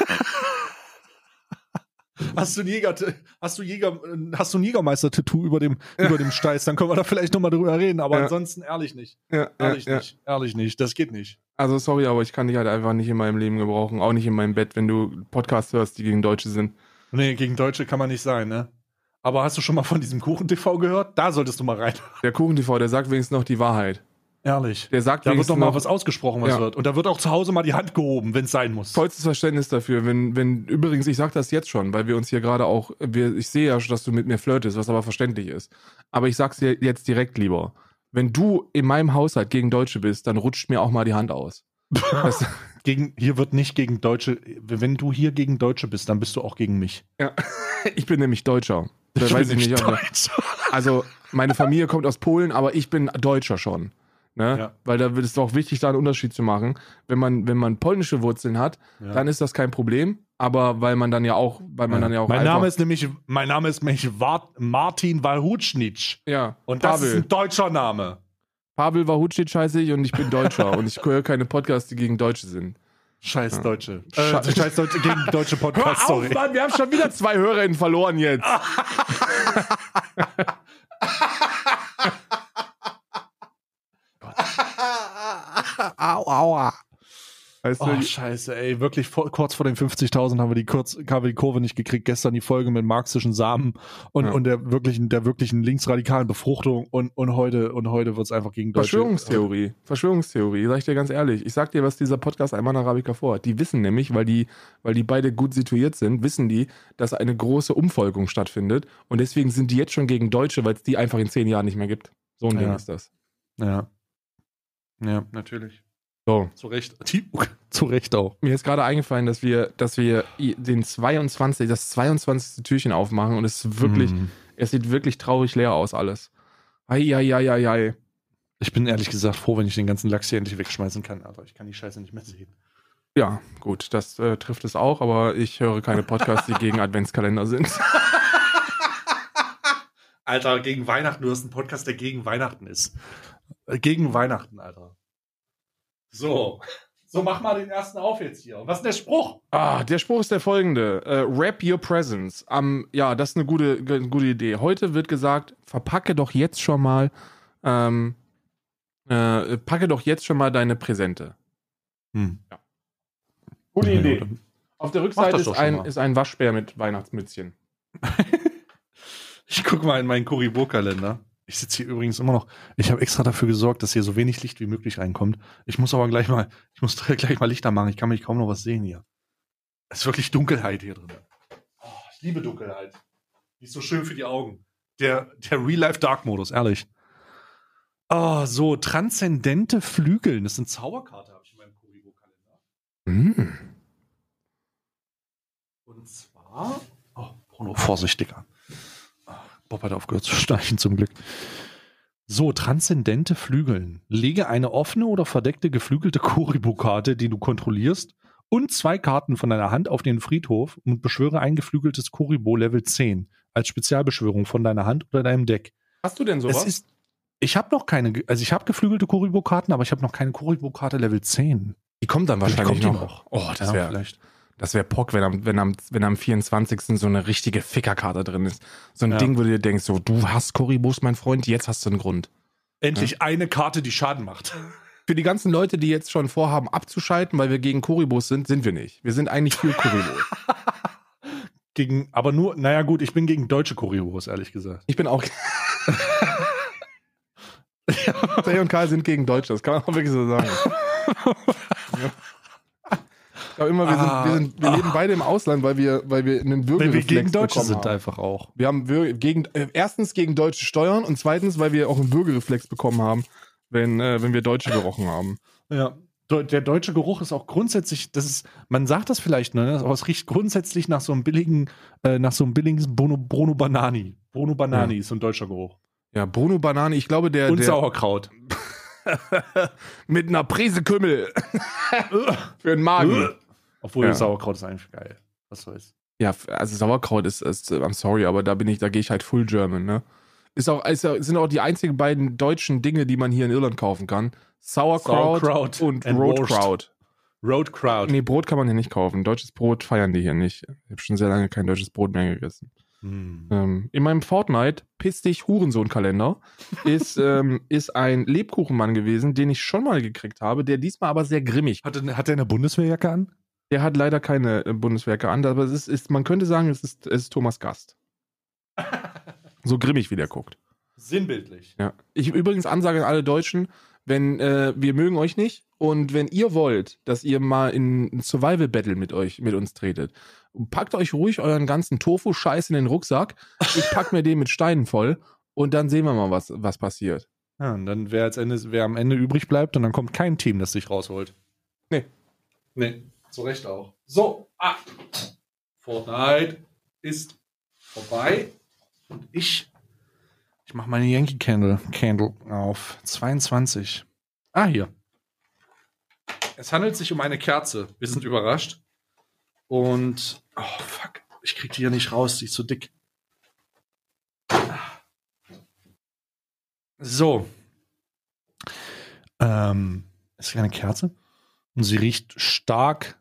Hast du ein Jägermeister-Tattoo über dem Steiß, dann können wir da vielleicht nochmal drüber reden, aber ansonsten ehrlich nicht. Ehrlich nicht, das geht nicht. Also sorry, aber ich kann dich halt einfach nicht in meinem Leben gebrauchen, auch nicht in meinem Bett, wenn du Podcasts hörst, die gegen Deutsche sind. Nee, gegen Deutsche kann man nicht sein, ne? Aber hast du schon mal von diesem Kuchen-TV gehört? Da solltest du mal rein. Der Kuchen-TV, der sagt wenigstens noch die Wahrheit. Ehrlich. Der sagt da wird doch mal was ausgesprochen, was wird. Und da wird auch zu Hause mal die Hand gehoben, wenn es sein muss. Vollstes Verständnis dafür. Übrigens, ich sag das jetzt schon, weil wir uns hier gerade auch, ich sehe ja, dass du mit mir flirtest, was aber verständlich ist. Aber ich sag's dir jetzt direkt lieber. Wenn du in meinem Haushalt gegen Deutsche bist, dann rutscht mir auch mal die Hand aus. Hier wird nicht gegen Deutsche, wenn du hier gegen Deutsche bist, dann bist du auch gegen mich. Ja. Ich bin nämlich Deutscher. Das weiß ich nicht. Also, meine Familie kommt aus Polen, aber ich bin Deutscher schon. Ne? Ja. Weil da ist es auch wichtig, da einen Unterschied zu machen. Wenn man polnische Wurzeln hat, dann ist das kein Problem. Aber weil man dann ja auch, Mein Name ist nämlich Martin Wahucznicz. Ja. Und das ist ein deutscher Name. Pavel Wahucznicz heiße ich und ich bin Deutscher. Und ich höre keine Podcasts, die gegen Deutsche sind. Scheiß Deutsche. Scheiß Deutsche gegen deutsche Podcasts, sorry. Hör auf, Mann, wir haben schon wieder 2 HörerInnen verloren jetzt. Aua. Weißt du, scheiße, ey, wirklich kurz vor den 50.000 haben wir die Kurve nicht gekriegt. Gestern die Folge mit marxischen Samen und der wirklichen linksradikalen Befruchtung und heute wird es einfach gegen Deutsche. Verschwörungstheorie, sag ich dir ganz ehrlich. Ich sag dir, was dieser Podcast Ayman Arabica vorhat. Die wissen nämlich, weil die beide gut situiert sind, wissen die, dass eine große Umvolkung stattfindet und deswegen sind die jetzt schon gegen Deutsche, weil es die einfach in 10 Jahren nicht mehr gibt. So ein Ding ist das. Ja, natürlich. So. Zu Recht. Zu Recht auch. Mir ist gerade eingefallen, dass wir das 22. Türchen aufmachen und es sieht wirklich traurig leer aus alles. Ei. Ich bin ehrlich gesagt froh, wenn ich den ganzen Lachs hier endlich wegschmeißen kann, aber ich kann die Scheiße nicht mehr sehen. Ja, gut, das trifft es auch, aber ich höre keine Podcasts, die gegen Adventskalender sind. Alter, gegen Weihnachten, du hast einen Podcast, der gegen Weihnachten ist. Gegen Weihnachten, Alter. So, mach mal den ersten auf jetzt hier. Was ist der Spruch? Der Spruch ist der folgende. Wrap your presents. Das ist eine gute Idee. Heute wird gesagt, packe doch jetzt schon mal deine Präsente. Ja. Gute Idee. Auf der Rückseite ist ein Waschbär mit Weihnachtsmützchen. Ich gucke mal in meinen Kuribo-Kalender. Ich sitze hier übrigens immer noch. Ich habe extra dafür gesorgt, dass hier so wenig Licht wie möglich reinkommt. Ich muss gleich mal Lichter machen. Ich kann mich kaum noch was sehen hier. Es ist wirklich Dunkelheit hier drin. Oh, ich liebe Dunkelheit. Die ist so schön für die Augen. Der Real-Life-Dark-Modus, ehrlich. Oh, so transzendente Flügeln. Das ist eine Zauberkarte, habe ich in meinem Kuribo-Kalender. Und zwar... Oh, Bruno, vorsichtiger. Bob hat aufgehört zu schnarchen, zum Glück. So, transzendente Flügeln. Lege eine offene oder verdeckte geflügelte Kuribo-Karte, die du kontrollierst, und 2 Karten von deiner Hand auf den Friedhof und beschwöre ein geflügeltes Kuribo Level 10 als Spezialbeschwörung von deiner Hand oder deinem Deck. Hast du denn sowas? Ich habe noch keine, also ich habe geflügelte Kuribo-Karten, aber ich habe noch keine Kuribo-Karte Level 10. Die kommt dann wahrscheinlich noch. Oh, das wäre vielleicht. Das wäre Pock, wenn am 24. so eine richtige Fickerkarte drin ist. So ein Ding, wo du dir denkst, so, du hast Kuribos, mein Freund, jetzt hast du einen Grund. Endlich eine Karte, die Schaden macht. Für die ganzen Leute, die jetzt schon vorhaben abzuschalten, weil wir gegen Kuribos sind wir nicht. Wir sind eigentlich für Kuribos. Aber nur, naja gut, ich bin gegen deutsche Kuribos, ehrlich gesagt. Ich bin auch... Tay und Karl sind gegen Deutsche, das kann man auch wirklich so sagen. Ich glaube immer, wir leben beide im Ausland, weil wir einen Würgereflex Weil wir gegen Deutsche bekommen sind haben. einfach auch. Wir haben erstens gegen deutsche Steuern und zweitens, weil wir auch einen Würgereflex bekommen haben, wenn wir Deutsche gerochen haben. Ja. Der deutsche Geruch ist auch grundsätzlich, man sagt das vielleicht, ne, aber es riecht grundsätzlich nach so einem billigen Bruno Banani. Bruno Banani ist so ein deutscher Geruch. Ja, Bruno Banani, ich glaube, Und Sauerkraut. mit einer Prise Kümmel. Für den Magen. Obwohl Sauerkraut ist eigentlich geil. Was soll's. Ja, also Sauerkraut ist I'm sorry, aber da gehe ich halt full German, ne? Sind auch die einzigen beiden deutschen Dinge, die man hier in Irland kaufen kann. Sauerkraut und Rotkraut. Rotkraut. Nee, Brot kann man hier nicht kaufen. Deutsches Brot feiern die hier nicht. Ich habe schon sehr lange kein deutsches Brot mehr gegessen. In meinem Fortnite Piss dich Hurensohn-Kalender ist ein Lebkuchenmann gewesen, den ich schon mal gekriegt habe, der diesmal aber sehr grimmig. Hat der eine Bundeswehrjacke an? Der hat leider keine Bundeswehrjacke an, aber man könnte sagen, es ist Thomas Gast. So grimmig, wie der guckt. Sinnbildlich. Ja. Ich übrigens Ansage an alle Deutschen, wenn wir mögen euch nicht und wenn ihr wollt, dass ihr mal in ein Survival-Battle mit uns tretet, packt euch ruhig euren ganzen Tofu-Scheiß in den Rucksack. Ich pack mir den mit Steinen voll und dann sehen wir mal, was passiert. Ja, und dann wer am Ende übrig bleibt und dann kommt kein Team, das sich rausholt. Nee, zu Recht auch. So, Fortnite ist vorbei und ich mache meine Yankee Candle auf 22. Hier. Es handelt sich um eine Kerze. Wir sind überrascht. Und, fuck, ich krieg die hier nicht raus, die ist zu dick. So. Ist eine Kerze und sie riecht stark.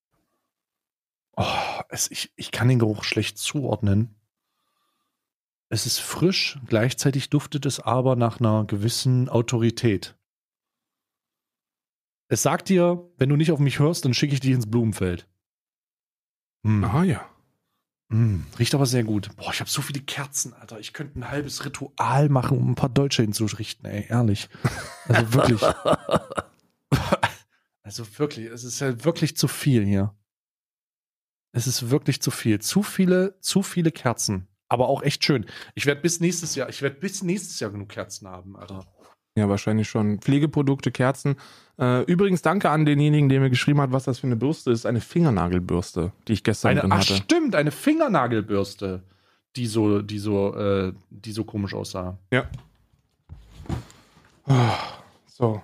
Ich kann den Geruch schlecht zuordnen. Es ist frisch, gleichzeitig duftet es aber nach einer gewissen Autorität. Es sagt dir, wenn du nicht auf mich hörst, dann schicke ich dich ins Blumenfeld. Ja. Riecht aber sehr gut. Boah, ich habe so viele Kerzen, Alter. Ich könnte ein halbes Ritual machen, um ein paar Deutsche hinzurichten, ey, ehrlich. Also wirklich. Es ist ja wirklich zu viel hier. Es ist wirklich zu viel. Zu viele Kerzen. Aber auch echt schön. Ich werde bis nächstes Jahr genug Kerzen haben, Alter. Ja, wahrscheinlich schon. Pflegeprodukte, Kerzen. Übrigens, danke an denjenigen, der mir geschrieben hat, was das für eine Bürste ist. Eine Fingernagelbürste, die ich gestern drin hatte. Ach stimmt, eine Fingernagelbürste, die so komisch aussah. Ja. So.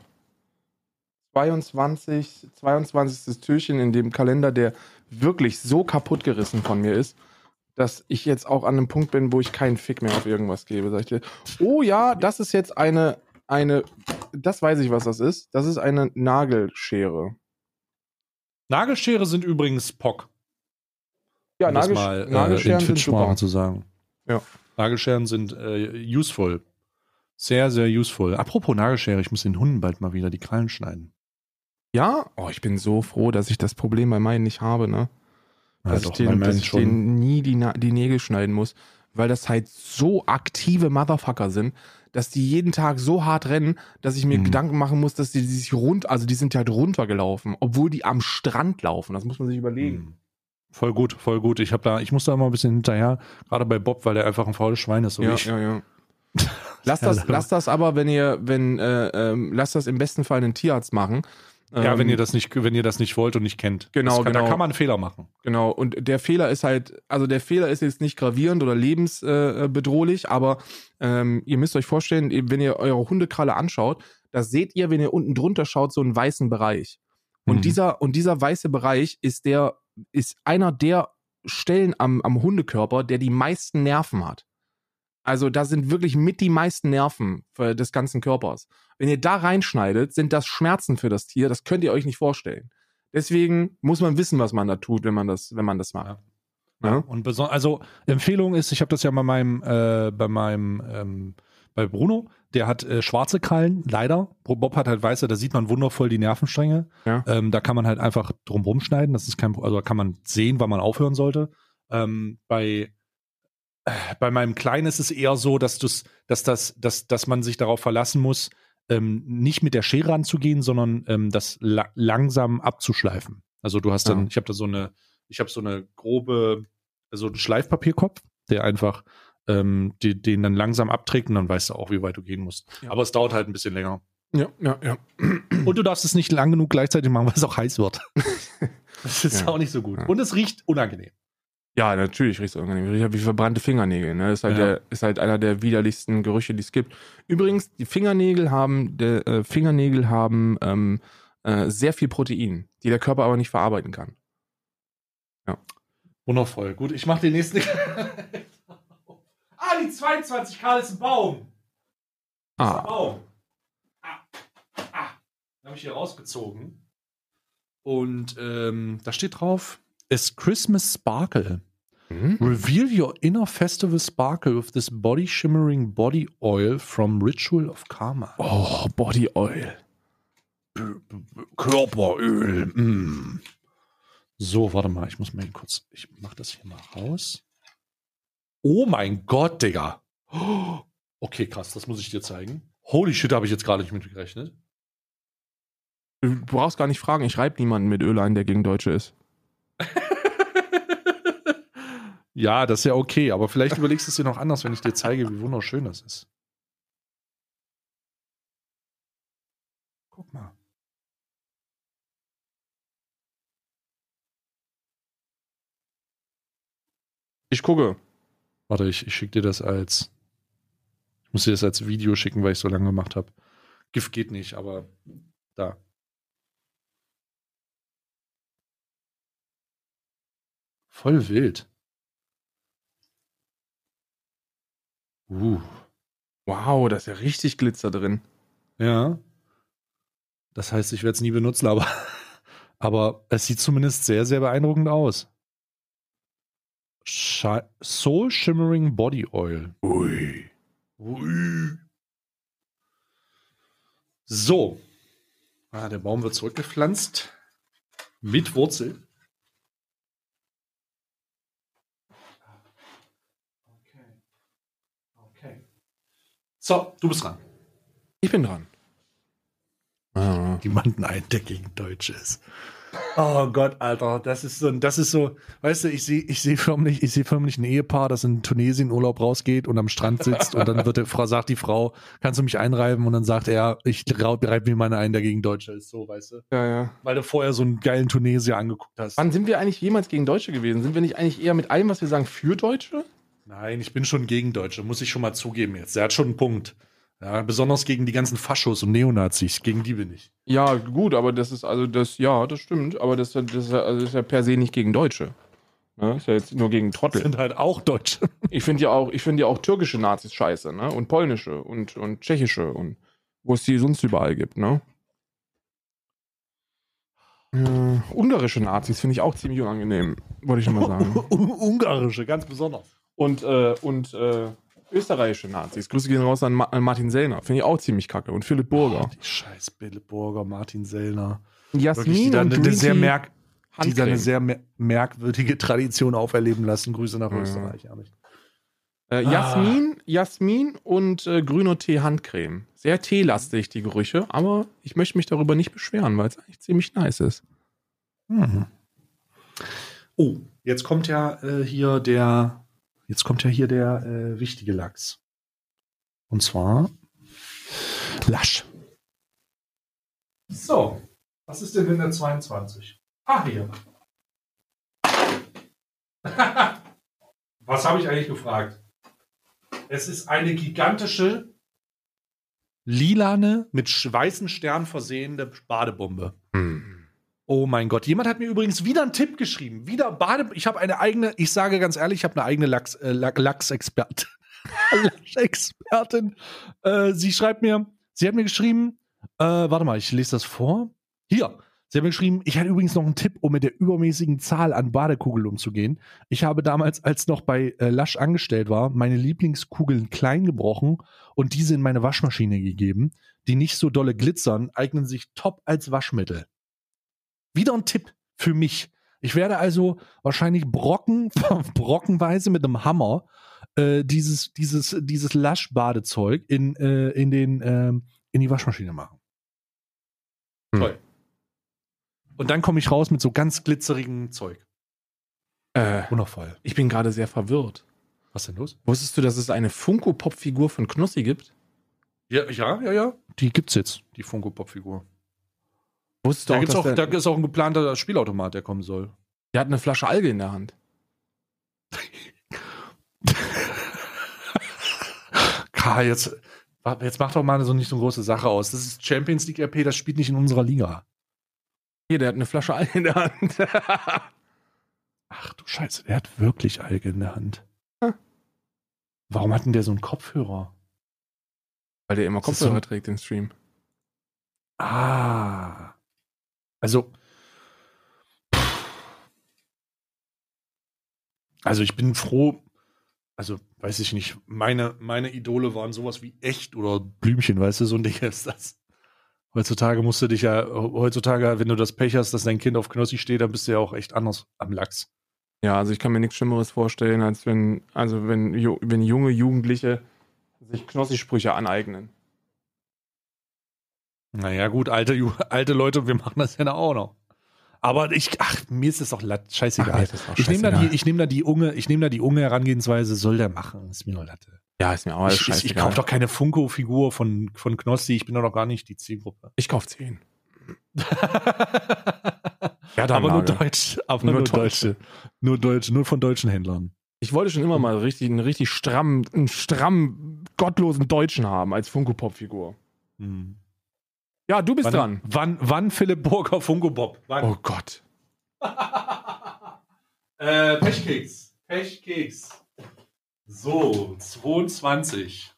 22. Türchen in dem Kalender, der wirklich so kaputt gerissen von mir ist, dass ich jetzt auch an einem Punkt bin, wo ich keinen Fick mehr auf irgendwas gebe. Sag ich dir, oh ja, das ist jetzt das weiß ich, was das ist. Das ist eine Nagelschere. Nagelschere sind übrigens POC. Ja, Nagelscheren sind super. Zu sagen. Ja. Nagelscheren sind useful. Sehr, sehr useful. Apropos Nagelschere, ich muss den Hunden bald mal wieder die Krallen schneiden. Ja? Oh, ich bin so froh, dass ich das Problem bei meinen nicht habe, ne? Dass ich denen nie die Nägel schneiden muss, weil das halt so aktive Motherfucker sind, dass die jeden Tag so hart rennen, dass ich mir Gedanken machen muss, dass die sich die sind halt runtergelaufen, obwohl die am Strand laufen. Das muss man sich überlegen. Voll gut. Ich muss da immer ein bisschen hinterher, gerade bei Bob, weil der einfach ein faules Schwein ist. So Ja. Lasst das aber, lasst das im besten Fall einen Tierarzt machen. Ja, wenn ihr das nicht wollt und nicht kennt. Genau. Da kann man einen Fehler machen. Genau, und der Fehler ist jetzt nicht gravierend oder lebensbedrohlich, aber ihr müsst euch vorstellen, wenn ihr eure Hundekralle anschaut, da seht ihr, wenn ihr unten drunter schaut, so einen weißen Bereich. Und dieser weiße Bereich ist einer der Stellen am Hundekörper, der die meisten Nerven hat. Also da sind wirklich mit die meisten Nerven des ganzen Körpers. Wenn ihr da reinschneidet, sind das Schmerzen für das Tier. Das könnt ihr euch nicht vorstellen. Deswegen muss man wissen, was man da tut, wenn man das macht. Ja. Und Empfehlung ist, ich habe das ja bei Bruno, der hat schwarze Krallen, leider. Bob hat halt weiße, da sieht man wundervoll die Nervenstränge. Ja. Da kann man halt einfach drumherum schneiden. Das ist da kann man sehen, wann man aufhören sollte. Bei Bei meinem Kleinen ist es eher so, dass man sich darauf verlassen muss, nicht mit der Schere anzugehen, sondern das langsam abzuschleifen. Also du hast dann, ich habe so eine grobe, so einen Schleifpapierkopf, der einfach den dann langsam abträgt und dann weißt du auch, wie weit du gehen musst. Ja. Aber es dauert halt ein bisschen länger. Ja. Und du darfst es nicht lang genug gleichzeitig machen, weil es auch heiß wird. Das ist auch nicht so gut. Ja. Und es riecht unangenehm. Ja, natürlich riecht es unangenehm. Riecht wie verbrannte Fingernägel. Ne? Das ist halt einer der widerlichsten Gerüche, die es gibt. Übrigens, die Fingernägel haben sehr viel Protein, die der Körper aber nicht verarbeiten kann. Ja. Wundervoll. Gut, ich mache den nächsten. Die 22 Grad ist ein Baum. Das ist ein Baum. Den habe ich hier rausgezogen. Und da steht drauf, It's Christmas Sparkle. Reveal your inner festival sparkle with this body shimmering body oil from Ritual of Karma. Oh, Body Oil. Körperöl. So, warte mal, ich mache das hier mal raus. Oh mein Gott, Digga. Okay, krass, das muss ich dir zeigen. Holy shit, habe ich jetzt gerade nicht mit gerechnet. Du brauchst gar nicht fragen, ich reibe niemanden mit Öl ein, der gegen Deutsche ist. Ja, das ist ja okay, aber vielleicht überlegst du es dir noch anders, wenn ich dir zeige, wie wunderschön das ist. Guck mal. Ich gucke. Warte, ich schicke dir das ich muss dir das als Video schicken, weil ich so lange gemacht habe. GIF geht nicht, aber da. Voll wild. Wow, da ist ja richtig Glitzer drin. Ja. Das heißt, ich werde es nie benutzen, aber es sieht zumindest sehr, sehr beeindruckend aus. Soul Shimmering Body Oil. Ui. So. Der Baum wird zurückgepflanzt. Mit Wurzel. Okay. So, du bist dran. Ich bin dran. Jemanden ein, der gegen Deutsche ist. Oh Gott, Alter, das ist so, weißt du, ich sehe förmlich ein Ehepaar, das in Tunesien Urlaub rausgeht und am Strand sitzt und dann sagt die Frau, kannst du mich einreiben? Und dann sagt er, ich reibe mir meine ein, der gegen Deutsche ist, so, weißt du? Ja. Weil du vorher so einen geilen Tunesier angeguckt hast. Wann sind wir eigentlich jemals gegen Deutsche gewesen? Sind wir nicht eigentlich eher mit allem, was wir sagen, für Deutsche? Nein, ich bin schon gegen Deutsche, muss ich schon mal zugeben jetzt. Der hat schon einen Punkt. Ja, besonders gegen die ganzen Faschos und Neonazis, gegen die bin ich. Ja, gut, aber das stimmt, aber das ist ja per se nicht gegen Deutsche. Ne? Ist ja jetzt nur gegen Trottel. Das sind halt auch Deutsche. Ich finde ja auch türkische Nazis scheiße, ne? Und polnische und tschechische und wo es die sonst überall gibt, ne? Ungarische Nazis finde ich auch ziemlich unangenehm, wollte ich schon mal sagen. Ungarische, ganz besonders. Und österreichische Nazis. Grüße gehen raus an Martin Sellner. Finde ich auch ziemlich kacke. Und Philipp Burger. Die scheiß Philipp Burger, Martin Sellner. Jasmin die und eine sehr merkwürdige Tradition auferleben lassen. Grüße nach Österreich, ehrlich. Jasmin und grüner Tee Handcreme. Sehr teelastig, die Gerüche. Aber ich möchte mich darüber nicht beschweren, weil es eigentlich ziemlich nice ist. Mhm. Oh, jetzt kommt ja hier der wichtige Lachs. Und zwar Lush. So, was ist denn in der 22? Hier. Was habe ich eigentlich gefragt? Es ist eine gigantische, lilane, mit weißen Sternen versehene Badebombe. Oh mein Gott. Jemand hat mir übrigens wieder einen Tipp geschrieben. Ich habe eine eigene, ich sage ganz ehrlich, ich habe eine eigene Lachsexpertin. Lachsexpertin. Sie hat mir geschrieben, warte mal, ich lese das vor. Hier. Sie hat mir geschrieben, ich hatte übrigens noch einen Tipp, um mit der übermäßigen Zahl an Badekugeln umzugehen. Ich habe damals, als noch bei Lush angestellt war, meine Lieblingskugeln klein gebrochen und diese in meine Waschmaschine gegeben. Die nicht so dolle glitzern, eignen sich top als Waschmittel. Wieder ein Tipp für mich. Ich werde also wahrscheinlich brockenweise mit einem Hammer dieses Lush-Badezeug in die Waschmaschine machen. Toll. Und dann komme ich raus mit so ganz glitzerigem Zeug. Wundervoll. Ich bin gerade sehr verwirrt. Was denn los? Wusstest du, dass es eine Funko-Pop-Figur von Knossi gibt? Ja. Die gibt's jetzt, die Funko-Pop-Figur. Wusstest du Da ist auch ein geplanter Spielautomat, der kommen soll. Der hat eine Flasche Alge in der Hand. Karl, jetzt mach doch mal nicht so eine große Sache aus. Das ist Champions League RP, das spielt nicht in unserer Liga. Hier, der hat eine Flasche Alge in der Hand. Ach du Scheiße, der hat wirklich Alge in der Hand. Hm. Warum hat denn der so einen Kopfhörer? Weil der immer Kopfhörer trägt im Stream. Ah. Also ich bin froh, weiß ich nicht, meine Idole waren sowas wie Echt oder Blümchen, weißt du, so ein Ding ist das. Heutzutage, wenn du das Pech hast, dass dein Kind auf Knossi steht, dann bist du ja auch echt anders am Lachs. Ja, also ich kann mir nichts Schlimmeres vorstellen, als wenn junge Jugendliche sich Knossi-Sprüche aneignen. Naja, gut, alte Leute, wir machen das ja auch noch. Aber mir ist das doch scheißegal. Ich nehme da die unge Herangehensweise, soll der machen. Ist mir nur Latte. Ja, ist mir auch alles scheißegal. Ich kaufe doch keine Funko-Figur von Knossi, ich bin doch noch gar nicht die Zielgruppe. Ich kaufe 10. Ja, aber nur Deutsch. Aber nur Deutsche. Nur von deutschen Händlern. Ich wollte schon immer mal einen richtig stramm, gottlosen Deutschen haben als Funko-Pop-Figur. Hm. Ja, du bist dran. Wann Philipp Burger Funko Pop? Wann? Oh Gott. Pechkeks. So, 22.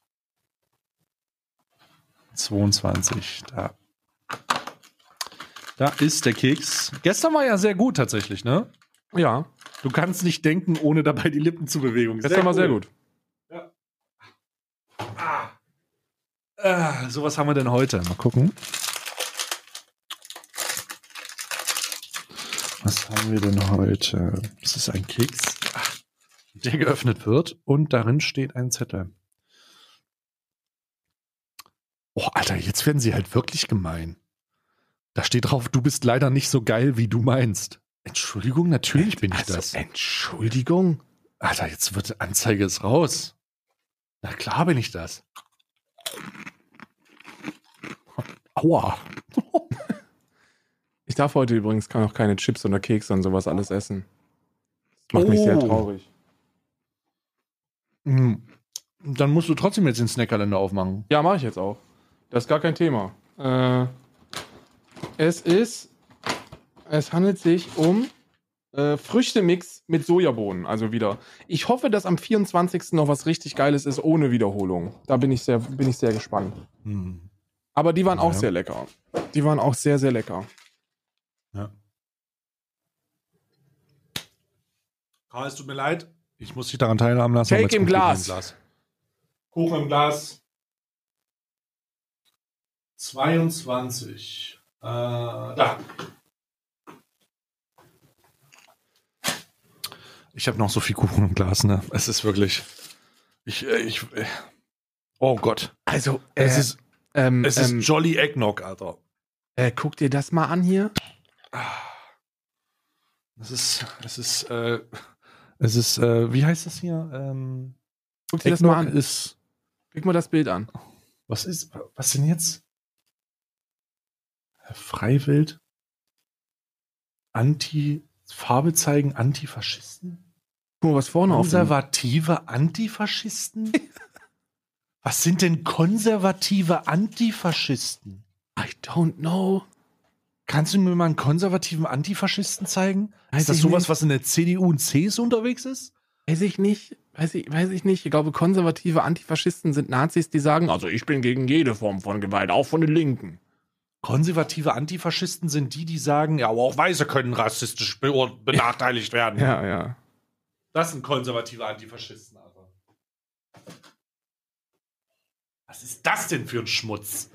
Da ist der Keks. Gestern war ja sehr gut tatsächlich, ne? Ja. Du kannst nicht denken, ohne dabei die Lippen zu bewegen. Gestern war sehr gut. Ja. So, was haben wir denn heute? Mal gucken. Was haben wir denn heute? Das ist ein Keks, der geöffnet wird und darin steht ein Zettel. Oh, Alter, jetzt werden sie halt wirklich gemein. Da steht drauf, du bist leider nicht so geil, wie du meinst. Entschuldigung, natürlich bin ich das. Entschuldigung? Alter, jetzt wird Anzeige ist raus. Na klar bin ich das. Aua. Ich darf heute übrigens noch keine Chips oder Kekse und sowas alles essen. Das macht mich sehr traurig. Dann musst du trotzdem jetzt den Snackkalender aufmachen. Ja, mache ich jetzt auch. Das ist gar kein Thema. Es handelt sich um Früchtemix mit Sojabohnen, also wieder. Ich hoffe, dass am 24. noch was richtig Geiles ist, ohne Wiederholung. Da bin ich sehr gespannt. Aber die waren auch sehr lecker. Die waren auch sehr, sehr lecker. Ja. Karl, es tut mir leid. Ich muss dich daran teilhaben lassen. Cake im Glas. Kuchen im Glas. 22. Da. Ich habe noch so viel Kuchen im Glas, ne? Es ist wirklich. Oh Gott. Also, es ist Jolly Eggnog, Alter. Guck dir das mal an hier. Es ist, wie heißt das hier? Guck dir das mal an. Klick mal das Bild an. Was denn jetzt? Freiwild? Farbe zeigen Antifaschisten? Guck mal, was vorne auf konservative Antifaschisten? Was sind denn konservative Antifaschisten? I don't know. Kannst du mir mal einen konservativen Antifaschisten zeigen? Ist das sowas, was in der CDU und CSU unterwegs ist? Weiß ich nicht. Ich glaube, konservative Antifaschisten sind Nazis, die sagen, also ich bin gegen jede Form von Gewalt, auch von den Linken. Konservative Antifaschisten sind die sagen, ja, aber auch Weiße können rassistisch benachteiligt werden. Ja. Das sind konservative Antifaschisten, Alter. Was ist das denn für ein Schmutz?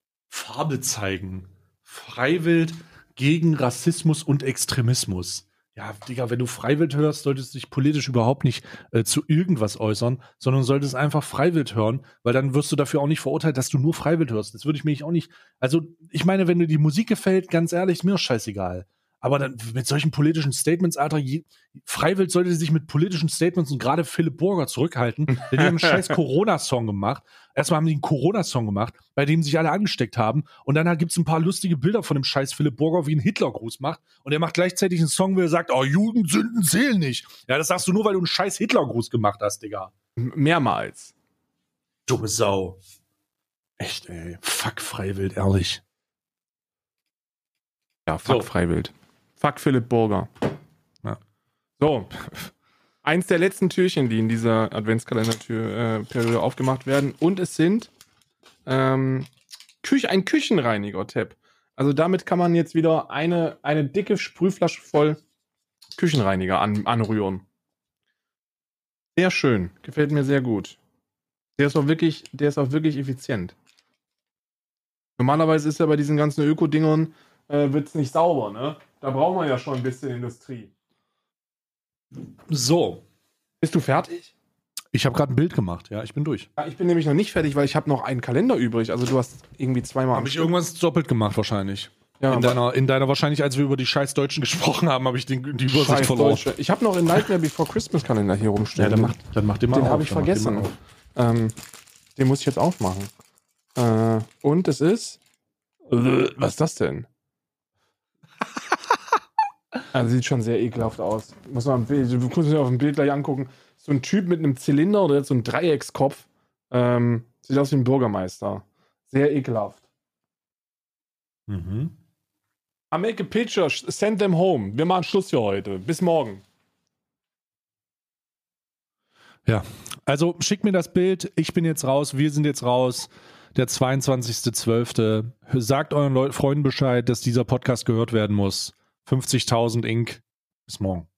Farbe zeigen. Freiwild gegen Rassismus und Extremismus. Ja, Digga, wenn du Freiwild hörst, solltest du dich politisch überhaupt nicht zu irgendwas äußern, sondern solltest einfach Freiwild hören, weil dann wirst du dafür auch nicht verurteilt, dass du nur Freiwild hörst. Das würde ich mir auch nicht, also ich meine, wenn dir die Musik gefällt, ganz ehrlich, mir ist scheißegal. Aber dann mit solchen politischen Statements, Alter, Freiwild sollte sich mit politischen Statements und gerade Philipp Burger zurückhalten, denn die haben einen scheiß Corona-Song gemacht. Erstmal haben die einen Corona-Song gemacht, bei dem sich alle angesteckt haben. Und dann gibt es ein paar lustige Bilder von dem scheiß Philipp Burger, wie ein Hitlergruß macht. Und er macht gleichzeitig einen Song, wo er sagt, oh, Judensünden zählen nicht. Ja, das sagst du nur, weil du einen scheiß Hitlergruß gemacht hast, Digga. Mehrmals. Dumme Sau. Echt, ey. Fuck Freiwild, ehrlich. Ja, fuck Freiwild. Fuck Philipp Burger. Ja. So. Eins der letzten Türchen, die in dieser Adventskalender-Periode aufgemacht werden. Und es sind ein Küchenreiniger-Tab. Also damit kann man jetzt wieder eine dicke Sprühflasche voll Küchenreiniger anrühren. Sehr schön. Gefällt mir sehr gut. Der ist auch wirklich effizient. Normalerweise ist ja bei diesen ganzen Öko-Dingern wird es nicht sauber, ne? Da braucht man ja schon ein bisschen Industrie. So. Bist du fertig? Ich habe gerade ein Bild gemacht, ja, ich bin durch. Ja, ich bin nämlich noch nicht fertig, weil ich habe noch einen Kalender übrig. Also du hast irgendwie zweimal... Habe ich irgendwas doppelt gemacht wahrscheinlich. Ja, in deiner wahrscheinlich, als wir über die scheiß Deutschen gesprochen haben, habe ich die Übersicht verloren. Deutsche. Ich habe noch einen Nightmare Before Christmas Kalender hier rumstehen. Ja, dann mach den mal auf. Den habe ich vergessen. Den muss ich jetzt aufmachen. Und es ist... Was ist das denn? Also sieht schon sehr ekelhaft aus. Du musst dir auf dem Bild gleich angucken. So ein Typ mit einem Zylinder oder jetzt so ein Dreieckskopf. Sieht aus wie ein Bürgermeister. Sehr ekelhaft. Mhm. I make a picture, send them home. Wir machen Schluss für heute. Bis morgen. Ja, also schickt mir das Bild. Ich bin jetzt raus. Wir sind jetzt raus. Der 22.12. Sagt euren Freunden Bescheid, dass dieser Podcast gehört werden muss. 50.000 Inc. Bis morgen.